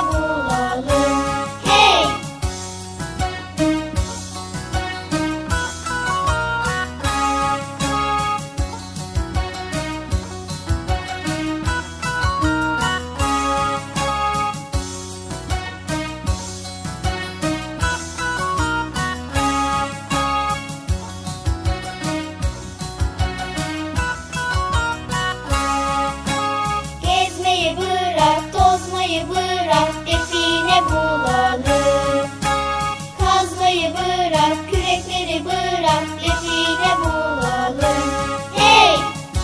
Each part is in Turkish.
bulalım. Hey! Gezmeyi bırak, tozmayı bırak, define bulalım. Kazmayı bırak, kürekleri bırak, define bulalım. Hey!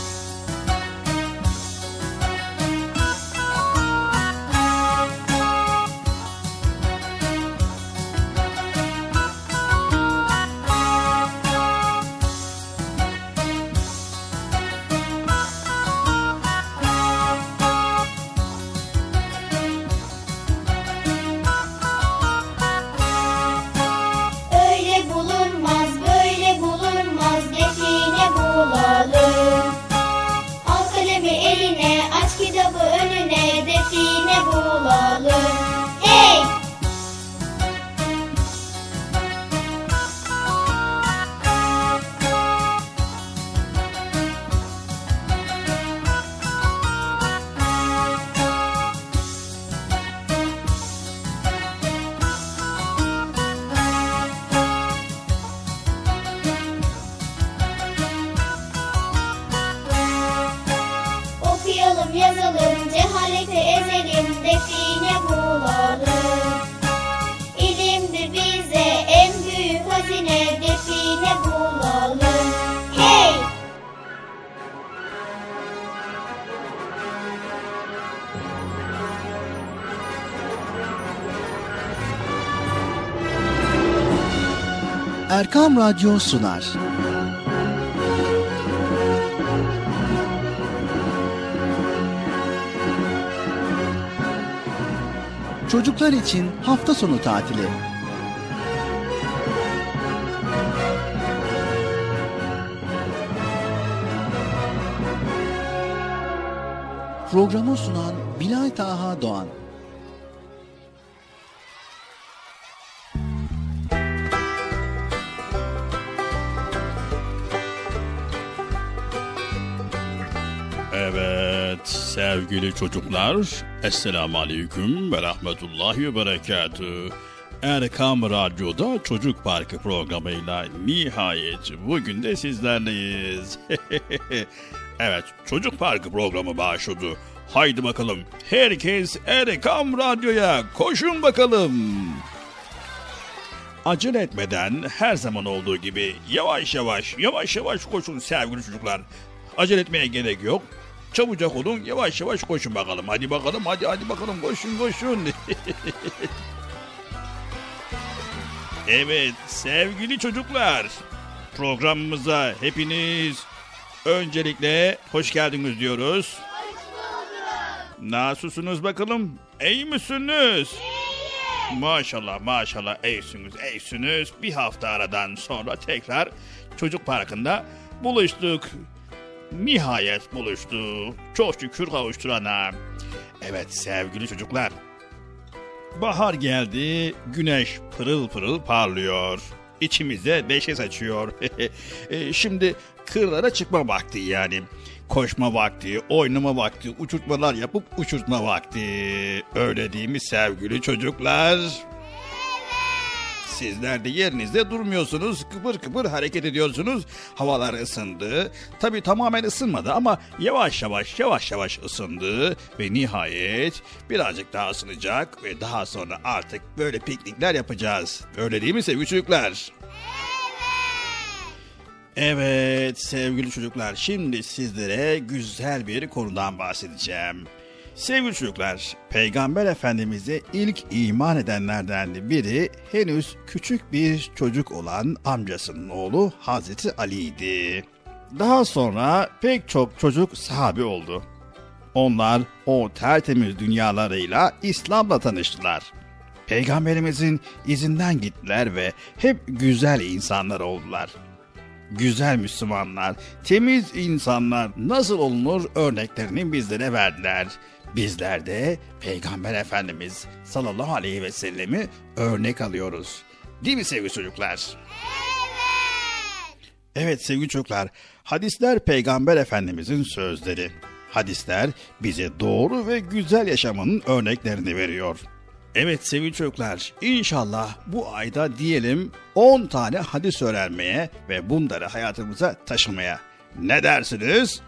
Öyle bulunmaz, böyle bulunmaz, define bulalım. Al kalemi eline, aç kitabı önüne, define bulalım. Hey! Okuyalım, yazalım, cehaleti ezelim, define bulalım. İlimdir bize en büyük hazine, define bulalım. Hey! Erkam Radyo sunar. Çocuklar için hafta sonu tatili. Programı sunan Bilal Taha Doğan. Evet sevgili çocuklar, Esselamu Aleyküm ve Rahmetullahi ve Berekatühü. Erkam Radyo'da Çocuk Parkı programıyla nihayet bugün de sizlerleyiz. Evet, Çocuk Parkı programı başladı. Haydi bakalım, herkes Erkam Radyo'ya koşun bakalım. Acele etmeden her zaman olduğu gibi yavaş yavaş koşun sevgili çocuklar. Acele etmeye gerek yok. Çabucak olun, yavaş yavaş koşun bakalım. Hadi bakalım, hadi bakalım, koşun. Evet sevgili çocuklar, programımıza hepiniz öncelikle hoş geldiniz diyoruz. Hoş bulduk. Nasılsınız bakalım? İyi misiniz? İyiyim. Maşallah iyisiniz. Bir hafta aradan sonra tekrar Çocuk Parkı'nda buluştuk. Nihayet buluştuk. Çok şükür kavuşturana. Evet sevgili çocuklar. Bahar geldi, güneş pırıl pırıl parlıyor. İçimize neşe saçıyor. Şimdi kırlara çıkma vakti yani. Koşma vakti, oynama vakti, uçurtmalar yapıp uçurtma vakti. Öyle değil mi sevgili çocuklar? Sizler de yerinizde durmuyorsunuz, kıpır kıpır hareket ediyorsunuz. Havalar ısındı. Tabii tamamen ısınmadı ama yavaş yavaş ısındı. Ve nihayet birazcık daha ısınacak ve daha sonra artık böyle piknikler yapacağız. Öyle değil mi sevgili çocuklar? Evet sevgili çocuklar, şimdi sizlere güzel bir konudan bahsedeceğim. Sevgili çocuklar, Peygamber Efendimiz'e ilk iman edenlerden biri henüz küçük bir çocuk olan amcasının oğlu Hazreti Ali'ydi. Daha sonra pek çok çocuk sahabe oldu. Onlar o tertemiz dünyalarıyla İslam'la tanıştılar. Peygamberimizin izinden gittiler ve hep güzel insanlar oldular. Güzel Müslümanlar, temiz insanlar nasıl olunur örneklerini bizlere verdiler. Bizler de Peygamber Efendimiz sallallahu aleyhi ve sellemi örnek alıyoruz. Değil mi sevgili çocuklar? Evet sevgili çocuklar, hadisler Peygamber Efendimizin sözleri. Hadisler bize doğru ve güzel yaşamanın örneklerini veriyor. Evet sevgili çocuklar, inşallah bu ayda diyelim 10 tane hadis öğrenmeye ve bunları hayatımıza taşımaya. Ne dersiniz?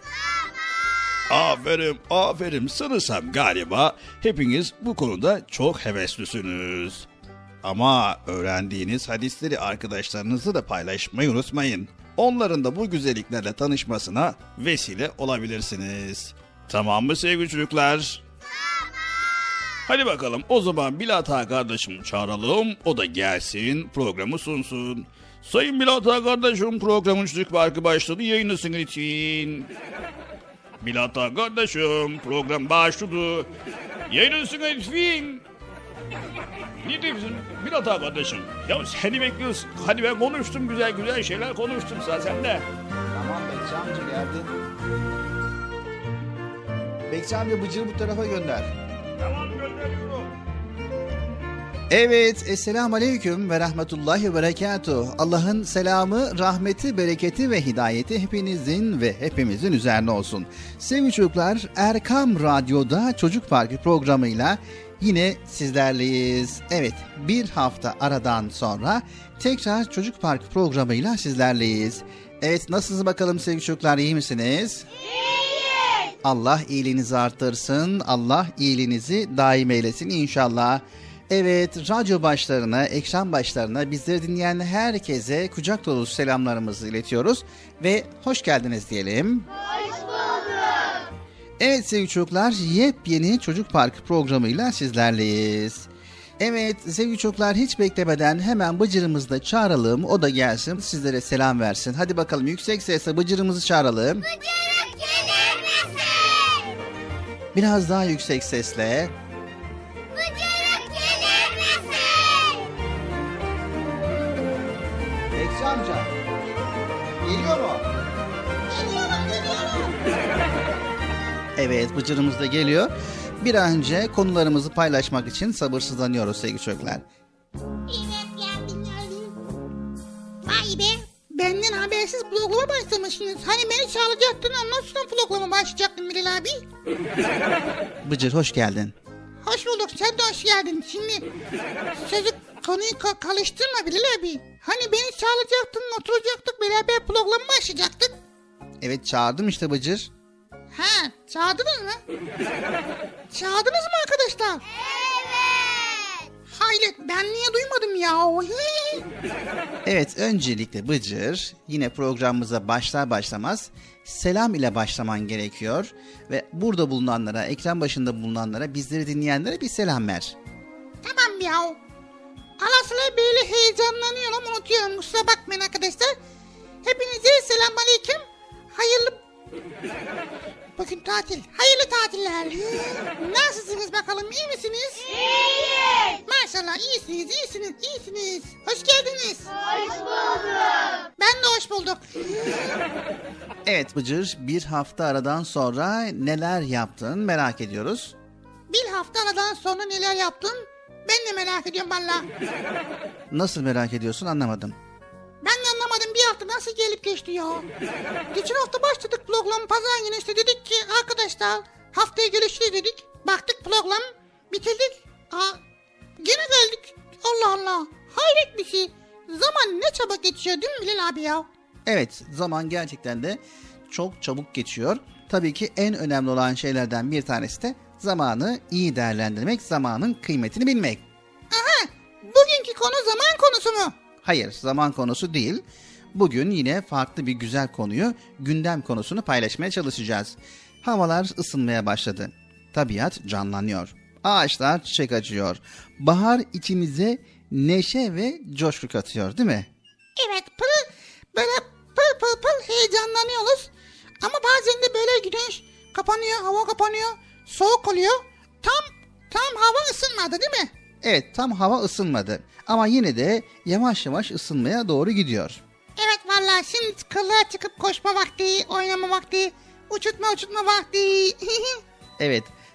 Aferin, aferin. Sanırsam galiba hepiniz bu konuda çok heveslüsünüz. Ama öğrendiğiniz hadisleri arkadaşlarınızla da paylaşmayı unutmayın. Onların da bu güzelliklerle tanışmasına vesile olabilirsiniz. Tamam mı sevgili çocuklar? Tamam. Hadi bakalım o zaman Bilata kardeşimi çağıralım. O da gelsin, programı sunsun. Sayın Bilata kardeşim, programın Çocuk Parkı başladı. Yayınlasın için. Bilata kardeşim, program başladı. Yayınlasın için. Ne diyorsun Bilata kardeşim? Ya seni bekliyoruz. Hadi ben konuştum, güzel güzel şeyler konuştum sen de. Tamam Bekçi amca geldi. Bekçi amca Bıcır'ı bu tarafa gönder. Tamam gönderiyorum. Evet, Esselamu Aleyküm ve Rahmetullahi ve Berekatuhu. Allah'ın selamı, rahmeti, bereketi ve hidayeti hepinizin ve hepimizin üzerine olsun. Sevgili çocuklar, Erkam Radyo'da Çocuk Parkı programıyla yine sizlerleyiz. Evet, bir hafta aradan sonra tekrar Çocuk Parkı programıyla sizlerleyiz. Evet, nasılsınız bakalım sevgili çocuklar, iyi misiniz? İyiyiz. Allah iyiliğinizi arttırsın, Allah iyiliğinizi daim eylesin inşallah. Evet, radyo başlarına, ekran başlarına bizleri dinleyen herkese kucak dolusu selamlarımızı iletiyoruz ve hoş geldiniz diyelim. Hoş bulduk. Evet sevgili çocuklar, yepyeni Çocuk Parkı programıyla sizlerleyiz. Evet sevgili çocuklar, hiç beklemeden hemen Bıcır'ımızı da çağıralım, o da gelsin sizlere selam versin. Hadi bakalım yüksek sesle Bıcır'ımızı çağıralım. Bıcırık gelir misin? Biraz daha yüksek sesle. Bıcırık gelir misin? Bekçi amca, geliyor mu? Geliyorum. Evet, Bıcır'ımız da geliyor. Bir an önce konularımızı paylaşmak için sabırsızlanıyoruz sevgili çocuklar. Evet geldim. Vay be, benden habersiz programa başlamışsınız. Hani beni çağıracaktın, ondan sonra programa başlayacaktın Bilal abi. Bıcır hoş geldin. Hoş bulduk, sen de hoş geldin. Şimdi sözü konuyu karıştırma Bilal abi. Hani beni çağıracaktın, oturacaktık, beraber programa başlayacaktık. Evet, çağırdım işte Bıcır. Ha, çağırdınız mı? Çağırdınız mı arkadaşlar? Evet. Hayret, ben niye duymadım ya? Evet, öncelikle Bıcır, yine programımıza başlar başlamaz selam ile başlaman gerekiyor. Ve burada bulunanlara, ekran başında bulunanlara, bizleri dinleyenlere bir selam ver. Tamam ya. Ara sıra böyle heyecanlanıyorum, unutuyorum. Kusura bakmayın arkadaşlar. Hepinize selamünaleyküm. Hayırlı... Bugün tatil. Hayırlı tatiller. Nasılsınız bakalım, iyi misiniz? İyiyiz. Maşallah iyisiniz, iyisiniz, iyisiniz. Hoş geldiniz. Hoş bulduk. Ben de hoş bulduk. Evet Bıcır, bir hafta aradan sonra neler yaptın merak ediyoruz. Bir hafta aradan sonra neler yaptın? Ben de merak ediyorum valla. Nasıl merak ediyorsun, anlamadım. Ben de anlamadım, bir hafta nasıl gelip geçti ya. Geçen hafta başladık program, pazar günü işte dedik ki arkadaşlar haftaya görüşürüz dedik. Baktık program bitirdik. Gene geldik. Allah Allah, hayret bir şey. Zaman ne çabuk geçiyor değil mi Bilal abi ya? Evet, zaman gerçekten de çok çabuk geçiyor. Tabii ki en önemli olan şeylerden bir tanesi de zamanı iyi değerlendirmek, zamanın kıymetini bilmek. Aha, bugünkü konu zaman konusu mu? Hayır, zaman konusu değil. Bugün yine farklı bir güzel konuyu, gündem konusunu paylaşmaya çalışacağız. Havalar ısınmaya başladı. Tabiat canlanıyor. Ağaçlar çiçek açıyor. Bahar içimize neşe ve coşku katıyor, değil mi? Evet, böyle pıl pıl heyecanlanıyoruz. Ama bazen de böyle güneş kapanıyor, hava kapanıyor, soğuk oluyor. Tam hava ısınmadı değil mi? Evet, tam hava ısınmadı. Ama yine de yavaş yavaş ısınmaya doğru gidiyor. Evet vallahi şimdi kılığa çıkıp koşma vakti, oynama vakti, uçurtma vakti. Evet,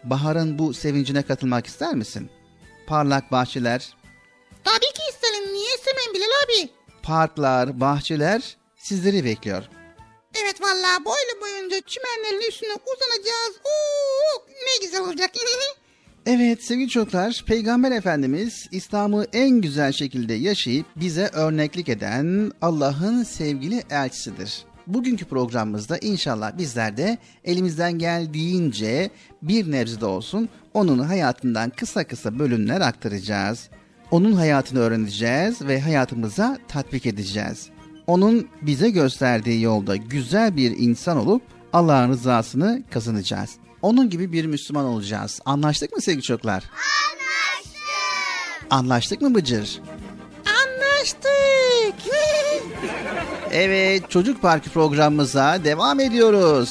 baharın bu sevincine katılmak ister misin? Parlak bahçeler, Tabii ki isterim. Niye istemem Bilal abi? parklar, bahçeler sizleri bekliyor. Evet vallahi boylu boyunca çimenlerin üstüne uzanacağız. Oo, ne güzel olacak. Evet sevgili çocuklar, Peygamber Efendimiz İslam'ı en güzel şekilde yaşayıp bize örneklik eden Allah'ın sevgili elçisidir. Bugünkü programımızda inşallah bizler de elimizden geldiğince bir nebze de olsun onun hayatından kısa kısa bölümler aktaracağız. Onun hayatını öğreneceğiz ve hayatımıza tatbik edeceğiz. Onun bize gösterdiği yolda güzel bir insan olup Allah'ın rızasını kazanacağız. Onun gibi bir Müslüman olacağız. Anlaştık mı sevgili çocuklar? Anlaştık. Anlaştık mı Bıcır? Anlaştık. Evet, Çocuk Parkı programımıza devam ediyoruz.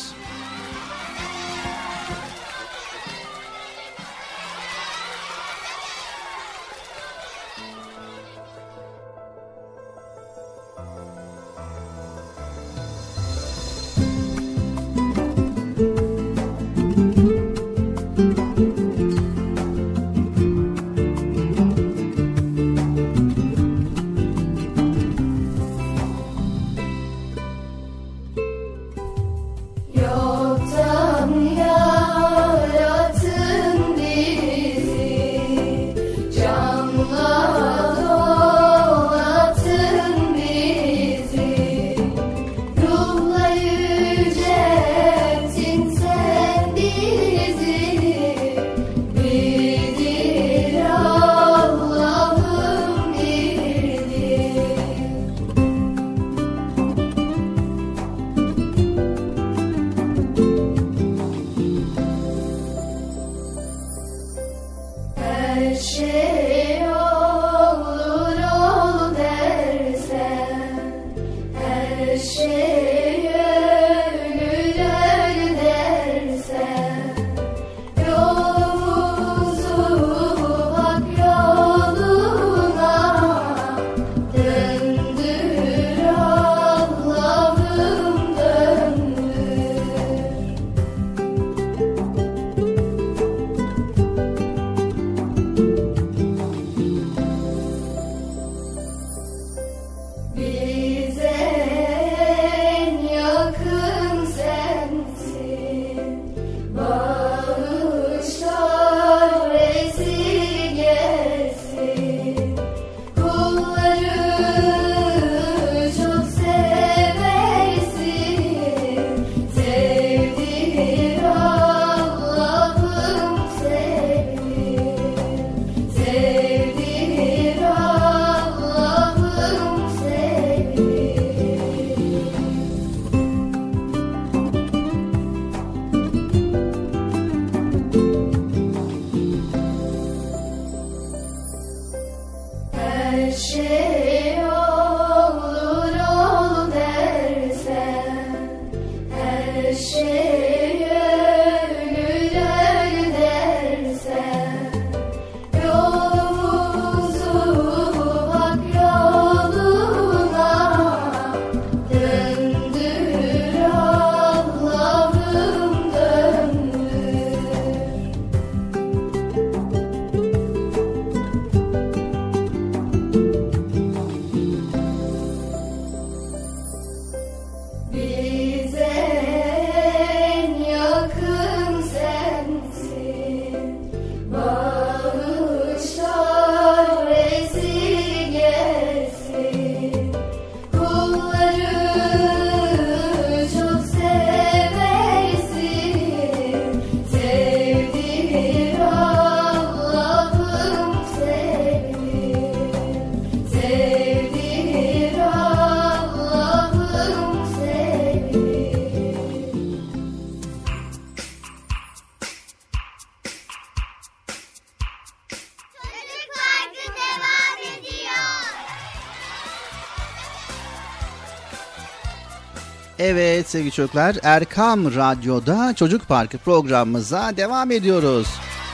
Evet sevgili çocuklar, Erkam Radyo'da Çocuk Parkı programımıza devam ediyoruz.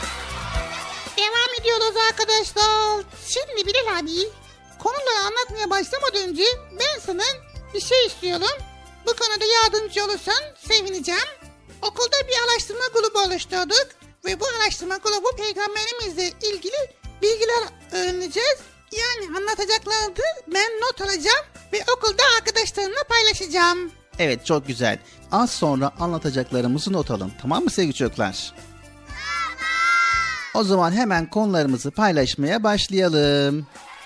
Devam ediyoruz arkadaşlar. Şimdi Bilal abi, konuları anlatmaya başlamadan önce ben sana bir şey istiyorum. Bu konuda yardımcı olursan sevineceğim. Okulda bir araştırma grubu oluşturduk. ve bu araştırma grubu peygamberimizle ilgili bilgiler öğreneceğiz. Yani anlatacaklarını ben not alacağım ve okulda arkadaşlarımla paylaşacağım. Evet, çok güzel. Az sonra anlatacaklarımızı not alın. Tamam mı sevgili çocuklar? O zaman hemen konularımızı paylaşmaya başlayalım.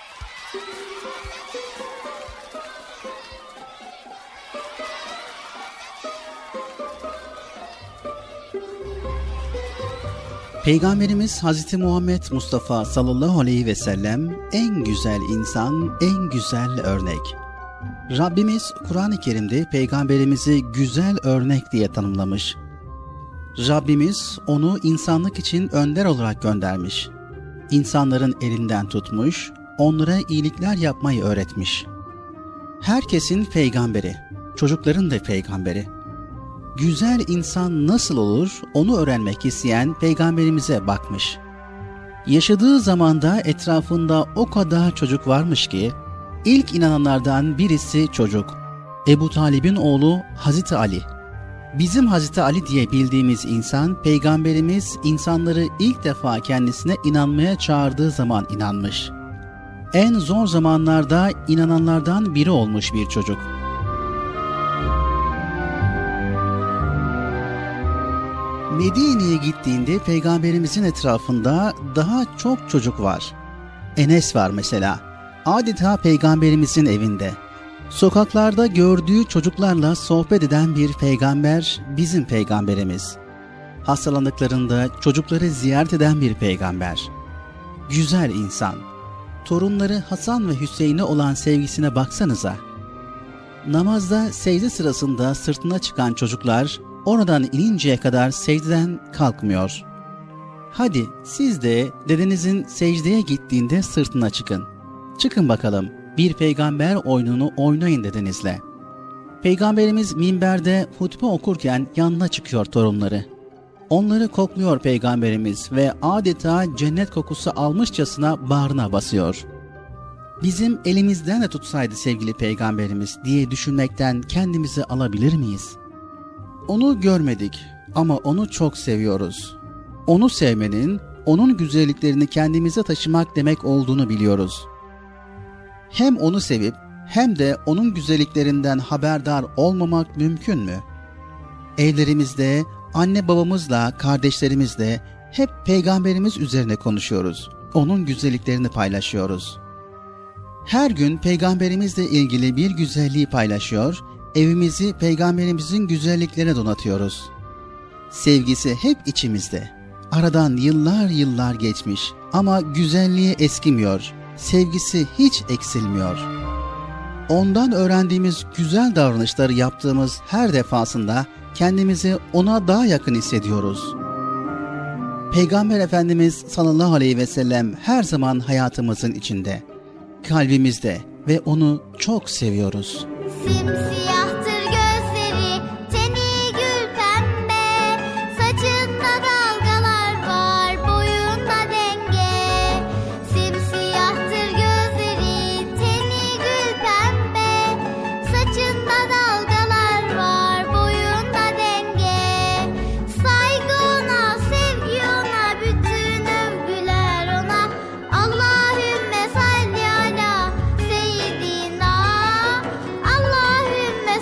Peygamberimiz Hazreti Muhammed Mustafa sallallahu aleyhi ve sellem en güzel insan, en güzel örnek. Rabbimiz Kur'an-ı Kerim'de Peygamberimizi güzel örnek diye tanımlamış. Rabbimiz onu insanlık için önder olarak göndermiş. İnsanların elinden tutmuş, onlara iyilikler yapmayı öğretmiş. Herkesin peygamberi, çocukların da peygamberi. Güzel insan nasıl olur onu öğrenmek isteyen peygamberimize bakmış. Yaşadığı zamanda etrafında o kadar çocuk varmış ki, ilk inananlardan birisi çocuk. Ebu Talib'in oğlu Hazreti Ali. Bizim Hazreti Ali diye bildiğimiz insan, peygamberimiz insanları ilk defa kendisine inanmaya çağırdığı zaman inanmış. En zor zamanlarda inananlardan biri olmuş bir çocuk. Medine'ye gittiğinde peygamberimizin etrafında daha çok çocuk var. Enes var mesela. Adeta peygamberimizin evinde. Sokaklarda gördüğü çocuklarla sohbet eden bir peygamber bizim peygamberimiz. Hastalandıklarında çocukları ziyaret eden bir peygamber. Güzel insan. Torunları Hasan ve Hüseyin'e olan sevgisine baksanıza. Namazda secde sırasında sırtına çıkan çocuklar oradan ininceye kadar secdeden kalkmıyor. Hadi siz de dedenizin secdeye gittiğinde sırtına çıkın. Çıkın bakalım, bir peygamber oyununu oynayın dedenizle. Peygamberimiz minberde hutbe okurken yanına çıkıyor torunları. Onları kokluyor peygamberimiz ve adeta cennet kokusu almışçasına bağrına basıyor. Bizim elimizden de tutsaydı sevgili peygamberimiz diye düşünmekten kendimizi alabilir miyiz? Onu görmedik ama onu çok seviyoruz. Onu sevmenin, onun güzelliklerini kendimize taşımak demek olduğunu biliyoruz. Hem onu sevip hem de onun güzelliklerinden haberdar olmamak mümkün mü? Evlerimizde anne babamızla, kardeşlerimizle hep peygamberimiz üzerine konuşuyoruz. Onun güzelliklerini paylaşıyoruz. Her gün peygamberimizle ilgili bir güzelliği paylaşıyor, evimizi peygamberimizin güzelliklerine donatıyoruz. Sevgisi hep içimizde. Aradan yıllar geçmiş ama güzelliği eskimiyor. Sevgisi hiç eksilmiyor. Ondan öğrendiğimiz güzel davranışları yaptığımız her defasında kendimizi ona daha yakın hissediyoruz. Peygamber Efendimiz sallallahu aleyhi ve sellem her zaman hayatımızın içinde, kalbimizde ve onu çok seviyoruz. Simsiyahtır gözleri, teni gül pembe, saçında dalgalar var, boyunda denge. Simsiyahtır gözleri, teni gül pembe, saçında dalgalar var, boyunda denge. Saygı ona, sevgi ona, bütün övgüler ona. Allahümme salli ala seyyidina, Allahümme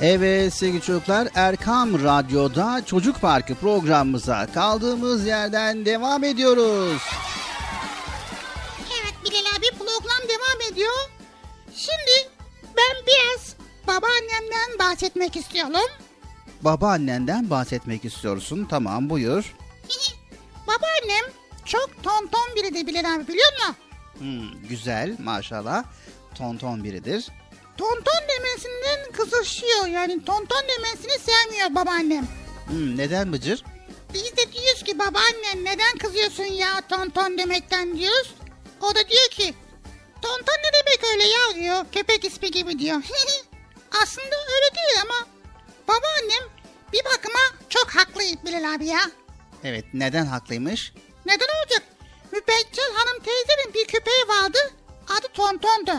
Evet sevgili çocuklar, Erkam Radyo'da Çocuk Parkı programımıza kaldığımız yerden devam ediyoruz. Evet Bilal abi, program devam ediyor. Şimdi ben biraz babaannemden bahsetmek istiyorum. Babaannenden bahsetmek istiyorsun. Tamam, buyur. Babaannem çok tonton biridir Bilal abi, biliyor musun? Güzel, maşallah. Tonton biridir. Tonton demesinden kızışıyor, yani tonton demesini sevmiyor babaannem. Neden Bıcır? Biz de diyoruz ki babaannem neden kızıyorsun ya tonton demekten diyoruz. O da diyor ki tonton ne demek öyle ya diyor, köpek ismi gibi diyor. Aslında öyle değil ama babaannem bir bakıma çok haklı Bilal abi ya. Evet, neden haklıymış? Neden olacak? Mübeccel Hanım teyzenin bir köpeği vardı, adı Tonton'du.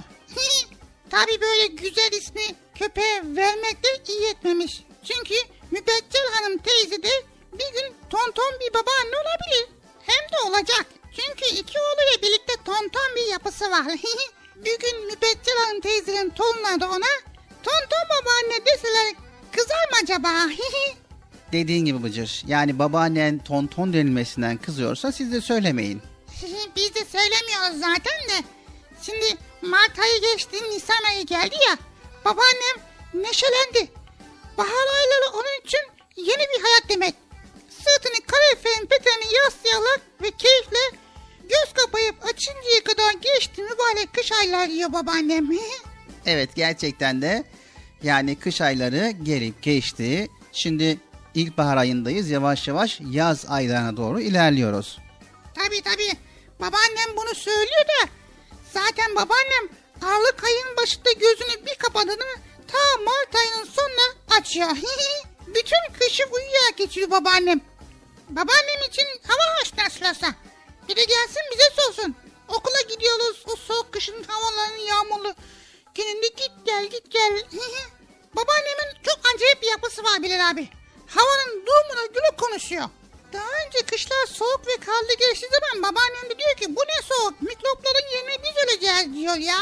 Tabii böyle güzel ismi köpeğe vermek de iyi etmemiş. Çünkü Mübeccel Hanım teyze de bir gün tonton bir babaanne olabilir. Hem de olacak. Çünkü iki oğluyla birlikte tonton bir yapısı var. Bir gün Mübeccel Hanım teyzenin torunları da ona tonton babaanne deseler kızar mı acaba? Dediğin gibi Bıcır. Yani babaannen tonton denilmesinden kızıyorsa siz de söylemeyin. Biz de söylemiyoruz zaten de. Şimdi Mart ayı geçti, Nisan ayı geldi ya. Babaannem neşelendi. Bahar ayları onun için yeni bir hayat demek. Sırtını kaloriferin peteğine yaslayarak ve keyifle göz kapayıp açıncaya kadar geçti mübarek kış aylar diyor babaannem. Evet, gerçekten de yani kış ayları gelip geçti. Şimdi ilkbahar ayındayız. Yavaş yavaş yaz aylarına doğru ilerliyoruz. Tabii. Babaannem bunu söylüyor da zaten babaannem Aralık ayının başında gözünü bir kapadığını ta Mart ayının sonuna açıyor. Bütün kışı uyuyarak geçiyor babaannem. Babaannem için hava hoş nasılsa. Bir de gelsin bize sorsun. Okula gidiyoruz o soğuk kışın havalarının yağmurlu gününde git gel. Babaannemin çok acayip bir yapısı var Bilal abi. Havanın durumuna göre konuşuyor. Daha önce kışlar soğuk ve karlı geçti zaman babaannem de diyor ki bu ne soğuk, mikropların yerine biz öleceğiz diyor ya.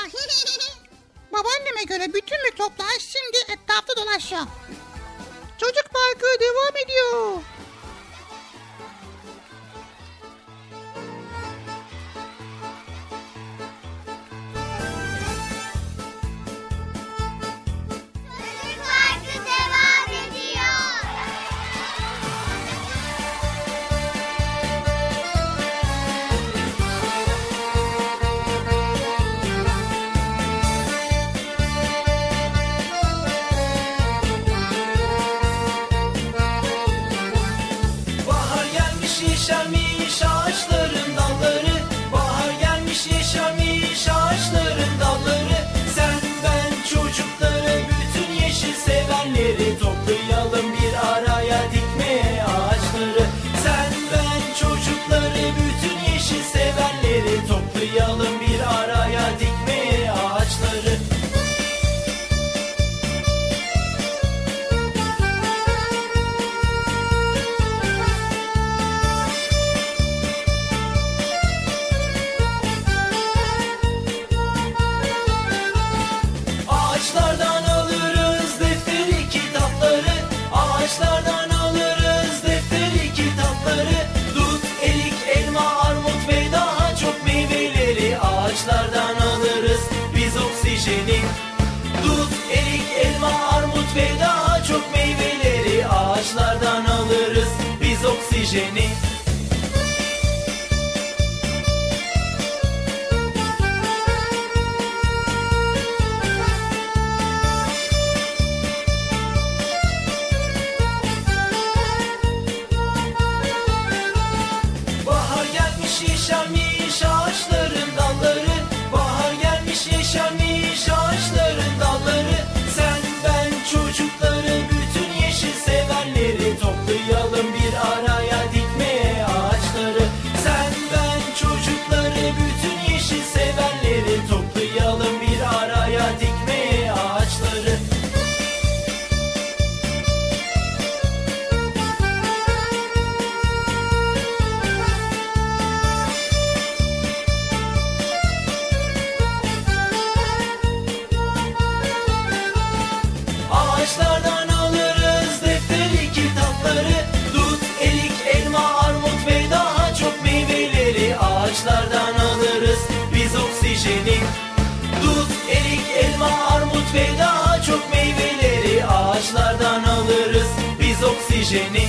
Babaanneme göre bütün mikroplar şimdi etrafta dolaşıyor. Çocuk Parkı devam ediyor. Çocuk Parkı devam ediyor. Bahar gelmiş yeşermiş ağaçların dalları. Bahar gelmiş yeşermiş ağaçların dalları. Sen ben çocukları bütün yeşil sevenleri toplayalım bir araya dikmeye ağaçları. Sen ben çocukları bütün yeşil sevenleri toplayalım bir araya dikmeye ağaçları. oksijeni.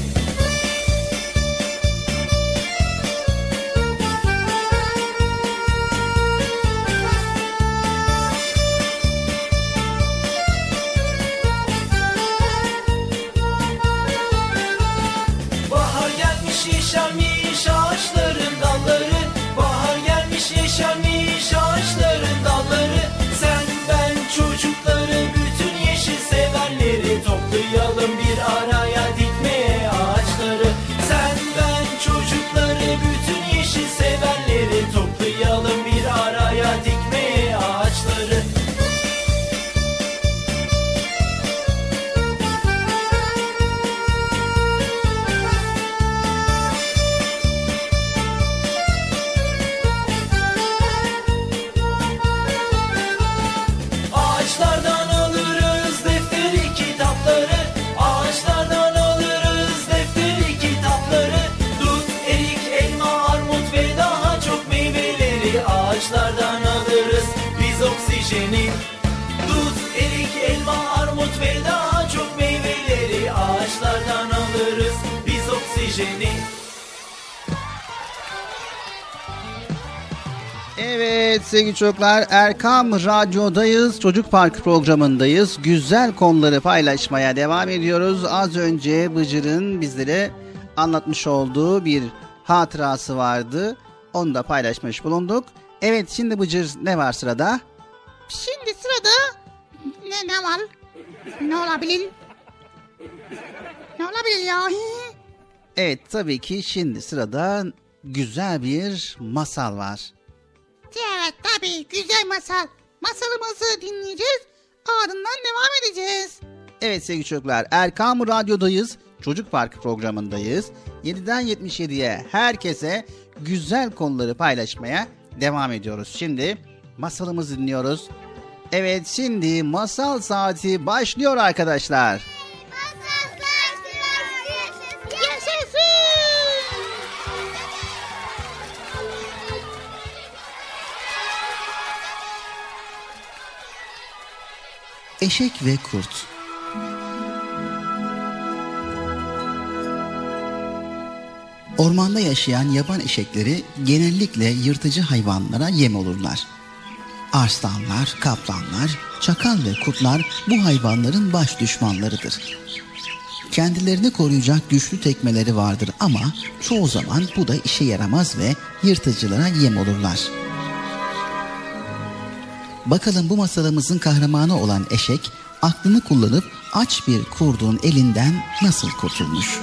Bahar gelmiş yeşermiş ağaçların dalları. Bahar gelmiş yeşermiş ağaçların dalları. Sen ben çocukları bütün yeşil severleri toplayalım bir araya dikmeye ağaçları. Sen ben çocukları bütün yeşil severleri toplayalım bir araya dikmeye ağaçları. Ağaçlardan alırız defteri kitapları. Ağaçlardan alırız defteri kitapları. Dut, erik, elma, armut ve daha çok meyveleri. Ağaçlardan alırız biz oksijeni. Dut, erik, elma, armut ve daha çok meyveleri. Ağaçlardan alırız biz oksijeni. Evet sevgili çocuklar, Erkam Radyo'dayız. Çocuk Park programındayız. Güzel konuları paylaşmaya devam ediyoruz. Az önce Bıcır'ın bizlere anlatmış olduğu bir hatırası vardı. Onu da paylaşmış bulunduk. Evet, şimdi Bıcır ne var sırada? Şimdi sırada ne var? Ne olabilir? Ne olabilir ya? Evet, tabii ki şimdi sırada güzel bir masal var. Evet tabii, güzel masal. Masalımızı dinleyeceğiz. Ardından devam edeceğiz. Evet sevgili çocuklar, Erkam Radyo'dayız. Çocuk Park programındayız. 7'den 77'ye herkese güzel konuları paylaşmaya devam ediyoruz. Şimdi masalımızı dinliyoruz. Evet, şimdi masal saati başlıyor arkadaşlar. Yaşasın! Eşek ve Kurt. Ormanda yaşayan yaban eşekleri genellikle yırtıcı hayvanlara yem olurlar. Arslanlar, kaplanlar, çakal ve kurtlar bu hayvanların baş düşmanlarıdır. Kendilerini koruyacak güçlü tekmeleri vardır ama çoğu zaman bu da işe yaramaz ve yırtıcılara yem olurlar. Bakalım bu masalımızın kahramanı olan eşek aklını kullanıp aç bir kurdun elinden nasıl kurtulmuş?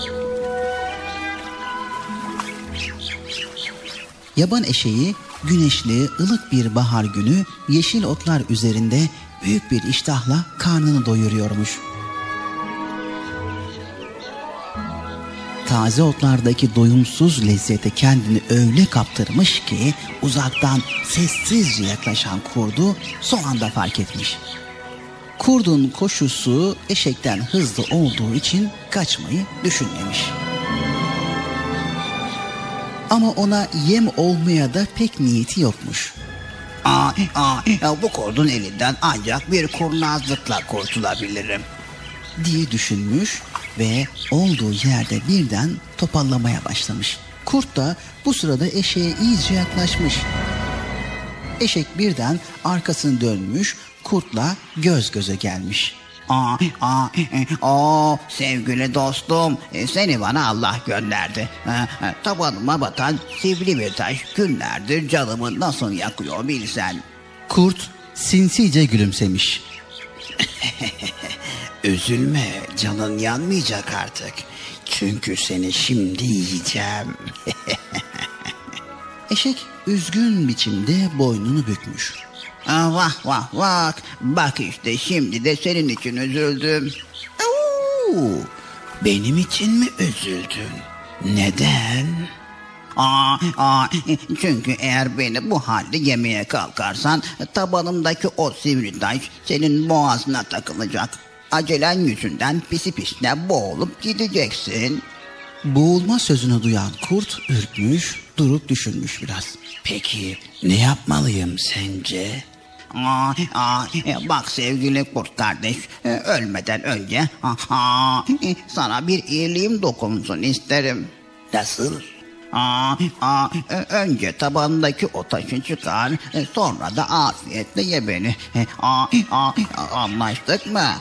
Yaban eşeği güneşli, ılık bir bahar günü yeşil otlar üzerinde büyük bir iştahla karnını doyuruyormuş. Taze otlardaki doyumsuz lezzete kendini öyle kaptırmış ki uzaktan sessizce yaklaşan kurdu son anda fark etmiş. Kurdun koşusu eşekten hızlı olduğu için kaçmayı düşünmemiş. Ama ona yem olmaya da pek niyeti yokmuş. Bu kurdun elinden ancak bir kurnazlıkla kurtulabilirim diye düşünmüş ve olduğu yerde birden topallamaya başlamış. Kurt da bu sırada eşeğe iyice yaklaşmış. Eşek birden arkasını dönmüş, kurtla göz göze gelmiş. Sevgili dostum, seni bana Allah gönderdi. Tabanıma batan sivri bir taş günlerdir canımı nasıl yakıyor bilsen. Kurt sinsice gülümsemiş. Üzülme, canın yanmayacak artık. Çünkü seni şimdi yiyeceğim. Eşek üzgün biçimde boynunu bükmüş. Vah vah vah, bak işte şimdi de senin için üzüldüm. Benim için mi üzüldün? Neden? Çünkü eğer beni bu halde yemeye kalkarsan tabanımdaki o sivri taş senin boğazına takılacak. Acelen yüzünden pisi pisine boğulup gideceksin. Boğulma sözünü duyan kurt ürkmüş, durup düşünmüş biraz. Peki ne yapmalıyım sence? Bak sevgili kurt kardeş, ölmeden önce sana bir iyiliğim dokunsun isterim. Nasıl? Önce tabanındaki o taşı çıkar, sonra da afiyetle ye beni. Anlaştık mı?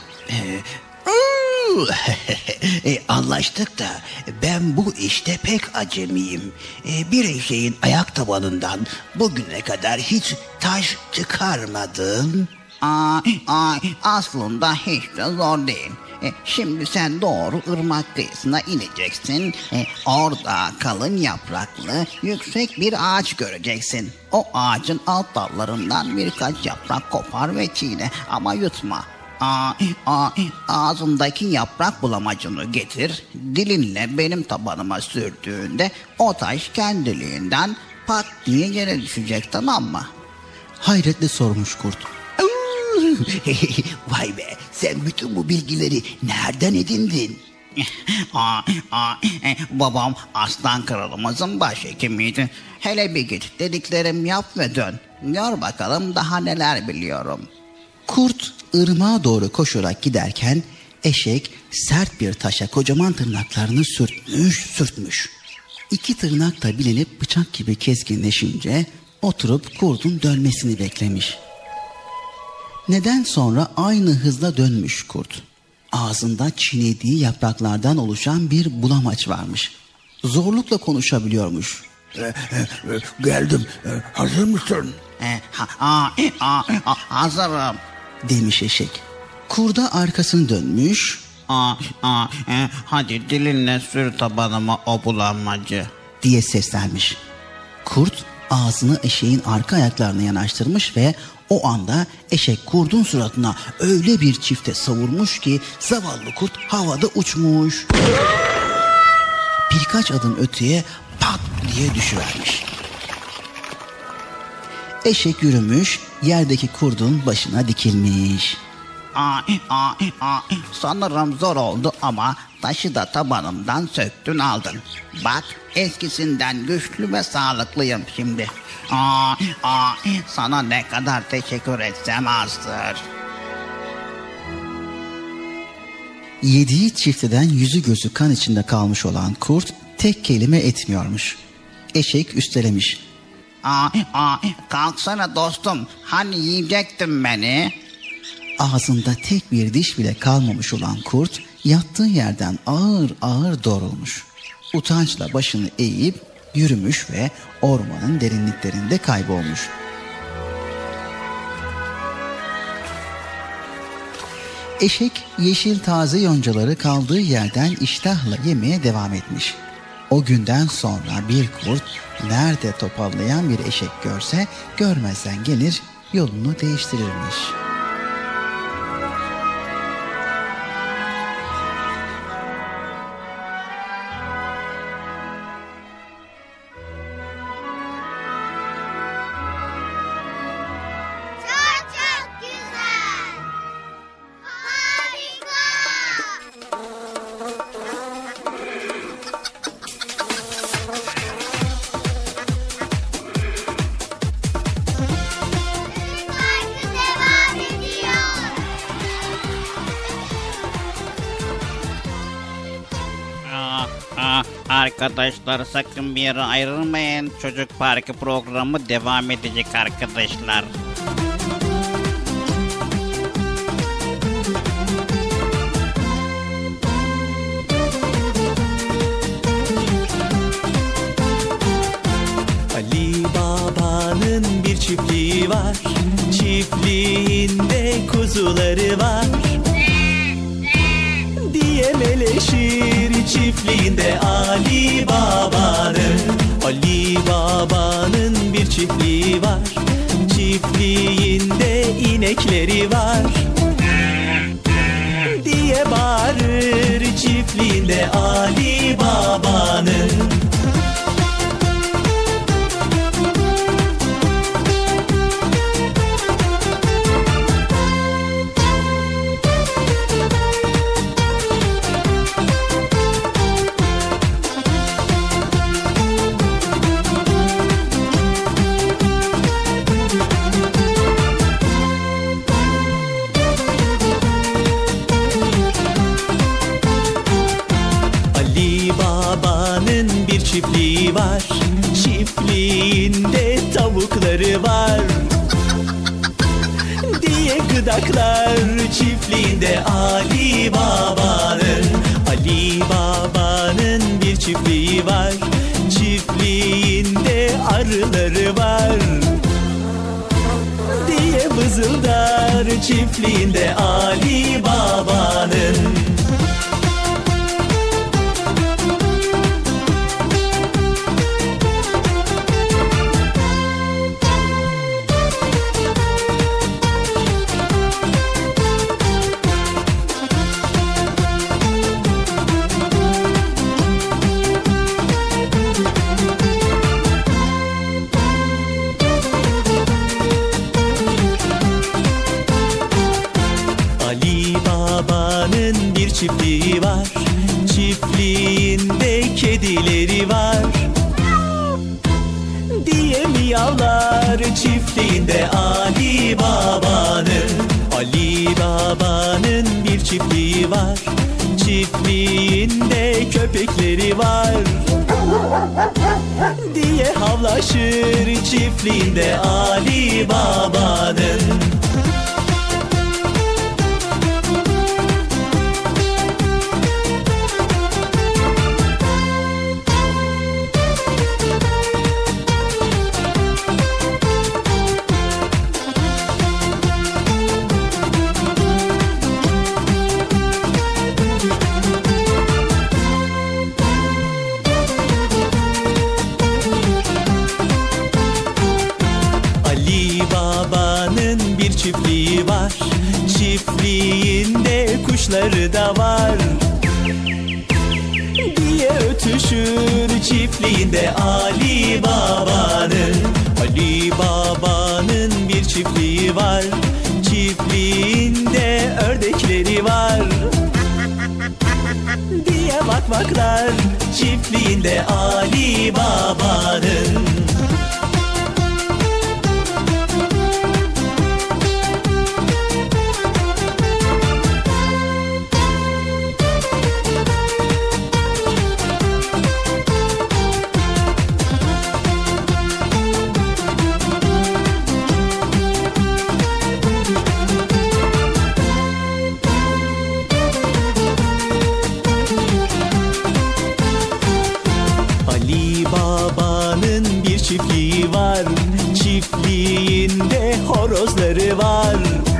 Anlaştık da ben bu işte pek acemiyim. Bir eşeğin ayak tabanından bugüne kadar hiç taş çıkarmadım. Aslında hiç de zor değil. Şimdi sen doğru ırmak kıyısına ineceksin. Orada kalın yapraklı yüksek bir ağaç göreceksin. O ağacın alt dallarından birkaç yaprak kopar ve çiğne ama yutma. Ağzındaki yaprak bulamacını getir, dilinle benim tabanıma sürdüğünde o taş kendiliğinden pat diye yere düşecek, tamam mı? Hayretle sormuş kurt. Vay be, sen bütün bu bilgileri nereden edindin? Babam aslan kralımızın başhekimiydi. Hele bir git, dediklerim yap ve dön. Gör bakalım daha neler biliyorum. Kurt ırmağa doğru koşarak giderken eşek sert bir taşa kocaman tırnaklarını sürtmüş. İki tırnak da bilinip bıçak gibi keskinleşince oturup kurdun dönmesini beklemiş. Neden sonra aynı hızla dönmüş kurt. Ağzında çiğnediği yapraklardan oluşan bir bulamaç varmış. Zorlukla konuşabiliyormuş. Geldim, hazır mısın? Hazırım demiş eşek. Kurda arkasını dönmüş. Hadi dilinle sür tabanıma o bulanmacı diye seslenmiş. Kurt ağzını eşeğin arka ayaklarına yanaştırmış ve o anda eşek kurdun suratına öyle bir çifte savurmuş ki zavallı kurt havada uçmuş. Birkaç adım öteye pat diye düşüvermiş. Eşek yürümüş, yerdeki kurdun başına dikilmiş. Sanırım zor oldu ama taşı da tabanımdan söktün aldın. Bak, eskisinden güçlü ve sağlıklıyım şimdi. Sana ne kadar teşekkür etsem azdır. Yediği çifteden yüzü gözü kan içinde kalmış olan kurt tek kelime etmiyormuş. Eşek üstelemiş. Kalksana dostum, hani yiyecektin beni? Ağzında tek bir diş bile kalmamış olan kurt yattığı yerden ağır ağır doğrulmuş. Utançla başını eğip yürümüş ve ormanın derinliklerinde kaybolmuş. Eşek yeşil taze yoncaları kaldığı yerden iştahla yemeye devam etmiş. O günden sonra bir kurt nerede topallayan bir eşek görse görmezden gelir yolunu değiştirirmiş. Çok güzel. Harika. Parkı devam ediyor. Arkadaşlar sakın bir yere ayrılmayın. Çocuk Parkı programı devam edecek arkadaşlar. Ali Baba'nın bir çiftliği var. Çiftliğinde kuzuları var. Diye meleşir çiftliğinde Ali Baba'nın. Ali Baba'nın bir çiftliği var. Çiftliğinde inekleri var. Diye bağırır çiftliğinde Ali Baba'nın. çiftliği var. Çiftliğinde tavukları var diye gıdaklar çiftliğinde Ali Baba'nın. Ali Baba'nın bir çiftliği var. Çiftliğinde arıları var diye vızıldar çiftliğinde Ali Baba'nın. Çiftliği var, çiftliğinde kedileri var diye miyavlar çiftliğinde Ali Baba'nın. Ali Baba'nın bir çiftliği var, çiftliğinde köpekleri var diye havlaşır çiftliğinde Ali Baba'nın. Çiftliği var, çiftliğinde kuşları da var diye ötüşür çiftliğinde Ali Baba'nın. Ali Baba'nın bir çiftliği var, çiftliğinde ördekleri var diye vakvaklar çiftliğinde Ali Baba'nın. Çiftliği var, çiftliğinde horozları var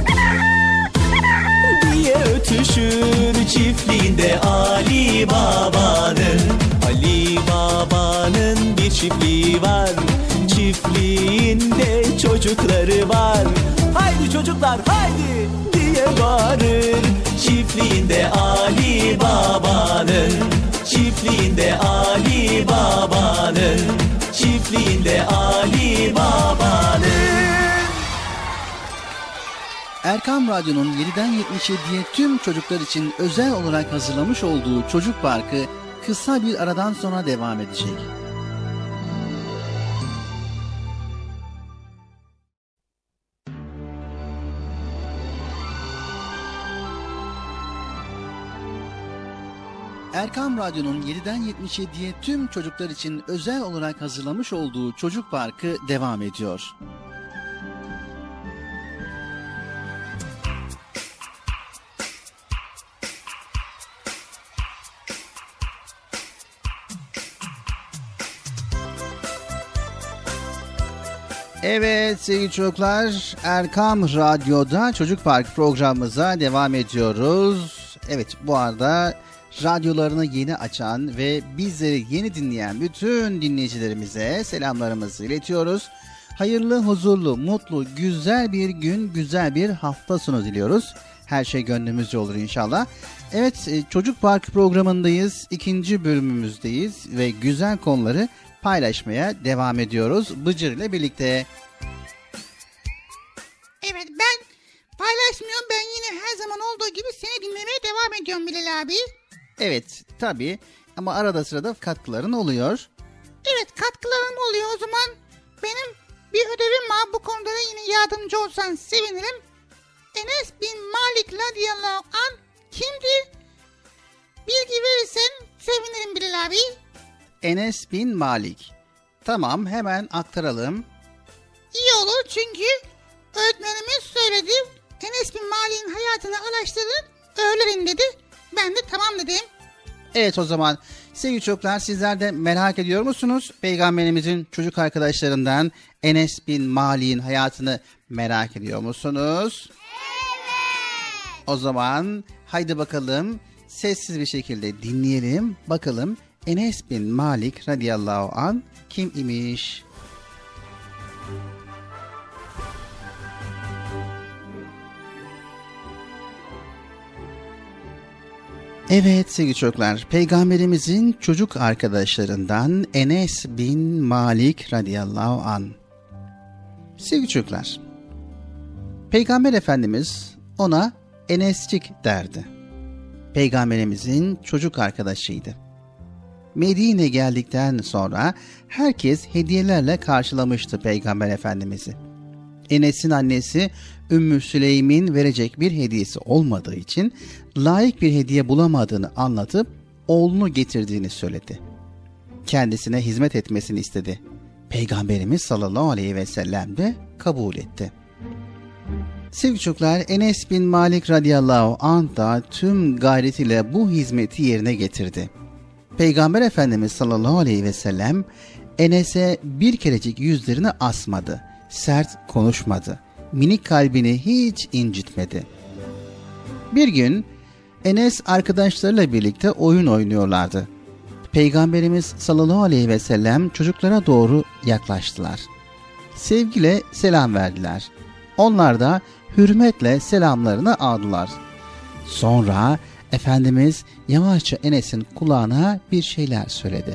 diye ötüşür çiftliğinde Ali Baba'nın. Ali Baba'nın bir çiftliği var, çiftliğinde çocukları var. Haydi çocuklar haydi diye bağırır çiftliğinde Ali Baba'nın. Çiftliğinde Ali Baba'nın. Çiftliğinde Ali Baba'nın. Erkam Radyo'nun 7'den 77'ye tüm çocuklar için özel olarak hazırlamış olduğu Çocuk Parkı kısa bir aradan sonra devam edecek. Erkam Radyo'nun 7'den 77'ye tüm çocuklar için özel olarak hazırlamış olduğu Çocuk Parkı devam ediyor. Evet sevgili çocuklar, Erkam Radyo'da Çocuk Park programımıza devam ediyoruz. Evet, bu arada radyolarını yeni açan ve bizleri yeni dinleyen bütün dinleyicilerimize selamlarımızı iletiyoruz. Hayırlı, huzurlu, mutlu, güzel bir gün, güzel bir hafta sonu diliyoruz. Her şey gönlümüzce olur inşallah. Evet, Çocuk Park programındayız. 2. bölümümüzdeyiz ve güzel konuları paylaşmaya devam ediyoruz Bıcır ile birlikte. Evet, ben paylaşmıyorum. Ben yine her zaman olduğu gibi seni dinlemeye devam ediyorum Bilal abi. Evet, tabii, ama arada sırada katkıların oluyor. Evet, katkılarım oluyor. O zaman benim bir ödevim var. Bu konuda da yine yardımcı olsan sevinirim. Enes bin Malik radıyallahu anh kimdi? Bilgi verirsen sevinirim Bilal abi. Enes bin Malik. Tamam, hemen aktaralım. İyi olur çünkü öğretmenimiz söyledi. Enes bin Malik'in hayatını araştırın, öğrenin dedi. Ben de tamam dedim. Evet, o zaman sevgili çocuklar, sizler de merak ediyor musunuz? Peygamberimizin çocuk arkadaşlarından Enes bin Malik'in hayatını merak ediyor musunuz? Evet. O zaman haydi bakalım sessiz bir şekilde dinleyelim. Bakalım Enes bin Malik radıyallahu an kim imiş? Evet sevgili çocuklar, Peygamberimizin çocuk arkadaşlarından Enes bin Malik radıyallahu an. Sevgili çocuklar, Peygamber Efendimiz ona Enescik derdi. Peygamberimizin çocuk arkadaşıydı. Medine geldikten sonra herkes hediyelerle karşılamıştı Peygamber Efendimiz'i. Enes'in annesi Ümmü Süleym'in verecek bir hediyesi olmadığı için layık bir hediye bulamadığını anlatıp oğlunu getirdiğini söyledi. Kendisine hizmet etmesini istedi. Peygamberimiz sallallahu aleyhi ve sellem de kabul etti. Sevgili çocuklar, Enes bin Malik radıyallahu anh da tüm gayretiyle bu hizmeti yerine getirdi. Peygamber Efendimiz sallallahu aleyhi ve sellem Enes'e bir kerecik yüzlerini asmadı, sert konuşmadı, minik kalbini hiç incitmedi. Bir gün Enes arkadaşlarıyla birlikte oyun oynuyorlardı. Peygamberimiz sallallahu aleyhi ve sellem çocuklara doğru yaklaştılar. Sevgiyle selam verdiler. Onlar da hürmetle selamlarını aldılar. Sonra Efendimiz yavaşça Enes'in kulağına bir şeyler söyledi.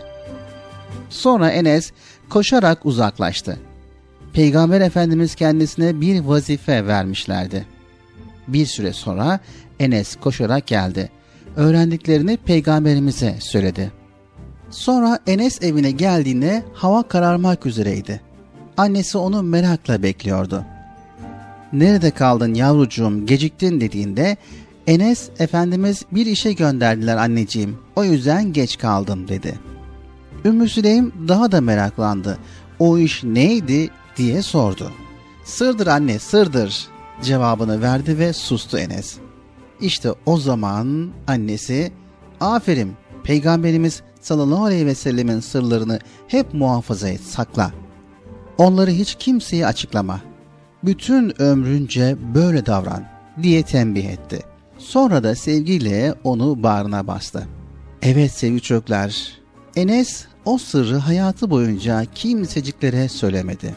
Sonra Enes koşarak uzaklaştı. Peygamber Efendimiz kendisine bir vazife vermişlerdi. Bir süre sonra Enes koşarak geldi. Öğrendiklerini Peygamberimize söyledi. Sonra Enes evine geldiğinde hava kararmak üzereydi. Annesi onu merakla bekliyordu. "Nerede kaldın yavrucuğum, geciktin?" dediğinde Enes, "Efendimiz bir işe gönderdiler anneciğim, o yüzden geç kaldım." dedi. Ümmü Süleym daha da meraklandı. "O iş neydi?" diye sordu. "Sırdır anne, sırdır." cevabını verdi ve sustu Enes. İşte o zaman annesi, "Aferin, Peygamberimiz sallallahu aleyhi ve sellemin sırlarını hep muhafaza et, sakla. Onları hiç kimseye açıklama. Bütün ömrünce böyle davran." diye tembih etti. Sonra da sevgiyle onu bağrına bastı. Evet sevgili çocuklar, Enes o sırrı hayatı boyunca kimseciklere söylemedi.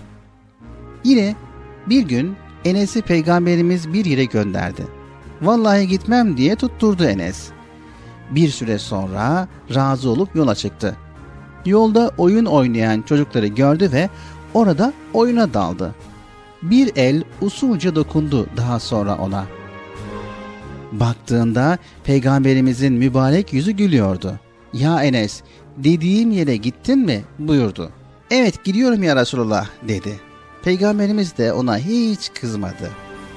Yine bir gün Enes'i Peygamberimiz bir yere gönderdi. "Vallahi gitmem" diye tutturdu Enes. Bir süre sonra razı olup yola çıktı. Yolda oyun oynayan çocukları gördü ve orada oyuna daldı. Bir el usulca dokundu daha sonra ona. Baktığında Peygamberimizin mübarek yüzü gülüyordu. "Ya Enes, dediğim yere gittin mi?" buyurdu. "Evet, gidiyorum ya Resulullah" dedi. Peygamberimiz de ona hiç kızmadı.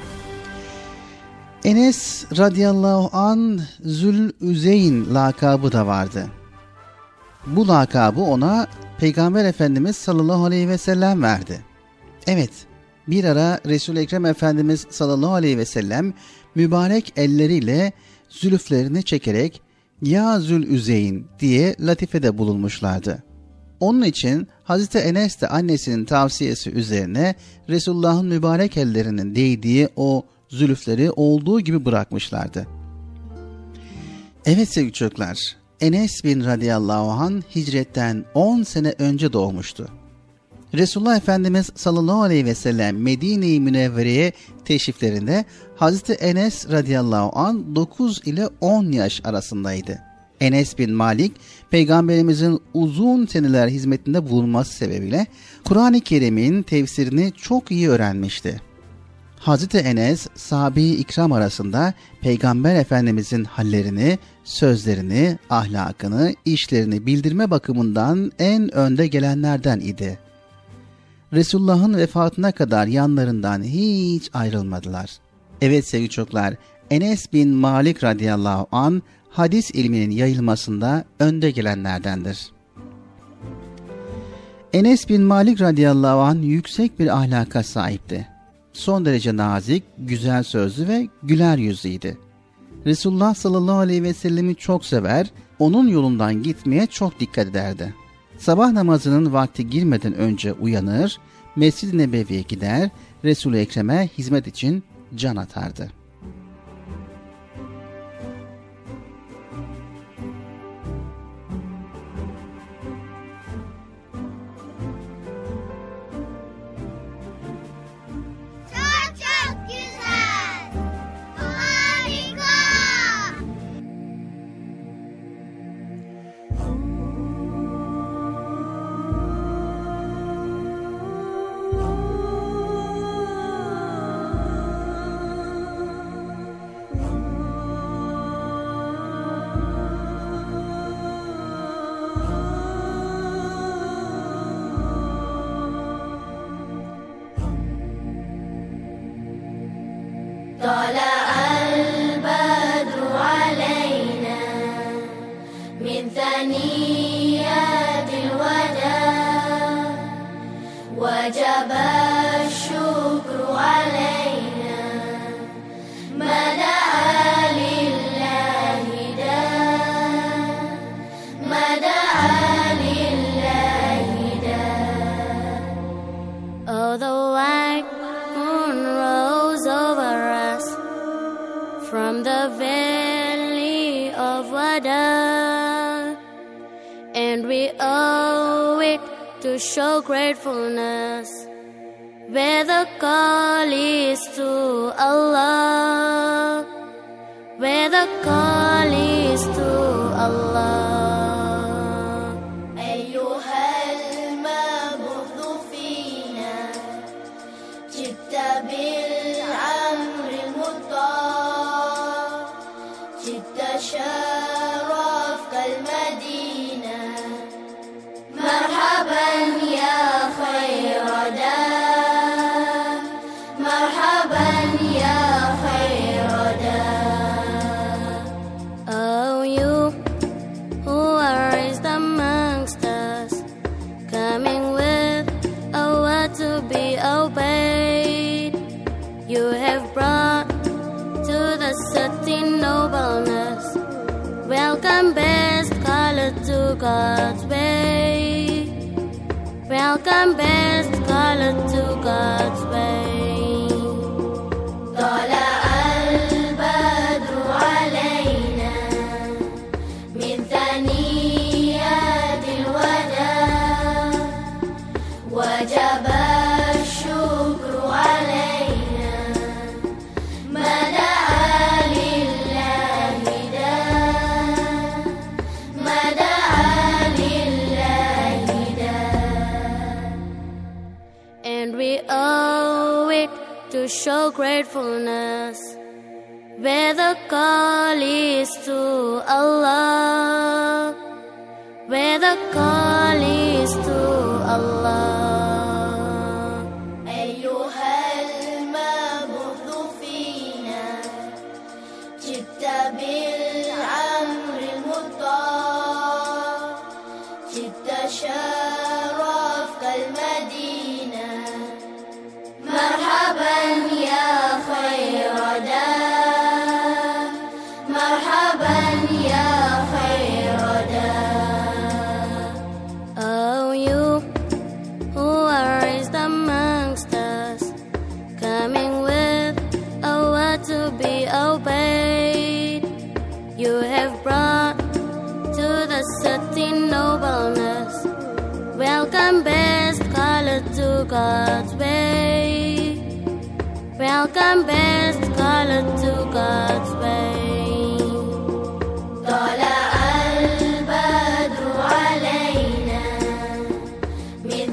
Enes radıyallahu an Zülüzeyn lakabı da vardı. Bu lakabı ona Peygamber Efendimiz sallallahu aleyhi ve sellem verdi. Evet, bir ara Resul-i Ekrem Efendimiz sallallahu aleyhi ve sellem mübarek elleriyle zülüflerini çekerek "Ya Zülüzeyn" diye latifede bulunmuşlardı. Onun için Hazreti Enes de annesinin tavsiyesi üzerine Resulullah'ın mübarek ellerinin değdiği o zülüfleri olduğu gibi bırakmışlardı. Evet sevgili çocuklar, Enes bin radıyallahu anh hicretten 10 sene önce doğmuştu. Resulullah Efendimiz sallallahu aleyhi ve sellem Medine-i Münevvere'ye teşriflerinde Hazreti Enes radıyallahu anh 9 ile 10 yaş arasındaydı. Enes bin Malik, Peygamberimizin uzun seneler hizmetinde bulunması sebebiyle Kur'an-ı Kerim'in tefsirini çok iyi öğrenmişti. Hazreti Enes, sahabe-i ikram arasında Peygamber Efendimizin hallerini, sözlerini, ahlakını, işlerini bildirme bakımından en önde gelenlerden idi. Resulullah'ın vefatına kadar yanlarından hiç ayrılmadılar. Evet sevgili çocuklar, Enes bin Malik radıyallahu an hadis ilminin yayılmasında önde gelenlerdendir. Enes bin Malik radıyallahu anh yüksek bir ahlaka sahipti. Son derece nazik, güzel sözlü ve güler yüzlüydü. Resulullah sallallahu aleyhi ve sellemi çok sever, onun yolundan gitmeye çok dikkat ederdi. Sabah namazının vakti girmeden önce uyanır, Mescid-i Nebevi'ye gider, Resul-i Ekrem'e hizmet için can atardı. Çok güzel. Harika. طلع البدر علينا من ثنيات الوداع وجب الشكر علينا ما دعا لله داع ما دعا لله داع. Oh, the white moon rose over us from the valley of Wada, and we owe it to show gratefulness, where the call is to Allah, where the call is to Allah. أيها المبعوث فينا جئت بالأمر المطاع جئت شرفت المدينة مرحبا يا خير داع مرحبا يا خير داع. Oh, you who are raised amongst us, coming with a word to be obeyed, you have brought to the certain nobleness. Welcome, best caller to God's way. Welcome, best caller to God's way. طلع البدر علينا من ثنيات الوداع وجب الشكر علينا ما دعا لله داع ما دعا لله داع. And we owe it to show gratefulness, where the call is to Allah, where the call is to Allah. أيها المبعوث فينا جئت بالأمر المطاع جئت شرفت المدينة مرحبا يا خير داع مرحبا يا خير داع. Oh, you who are raised amongst us, coming with a word to be obeyed, you have brought to the certain nobleness. Welcome, best caller to God's way. Welcome, best caller to God's way. طلع البدر علينا من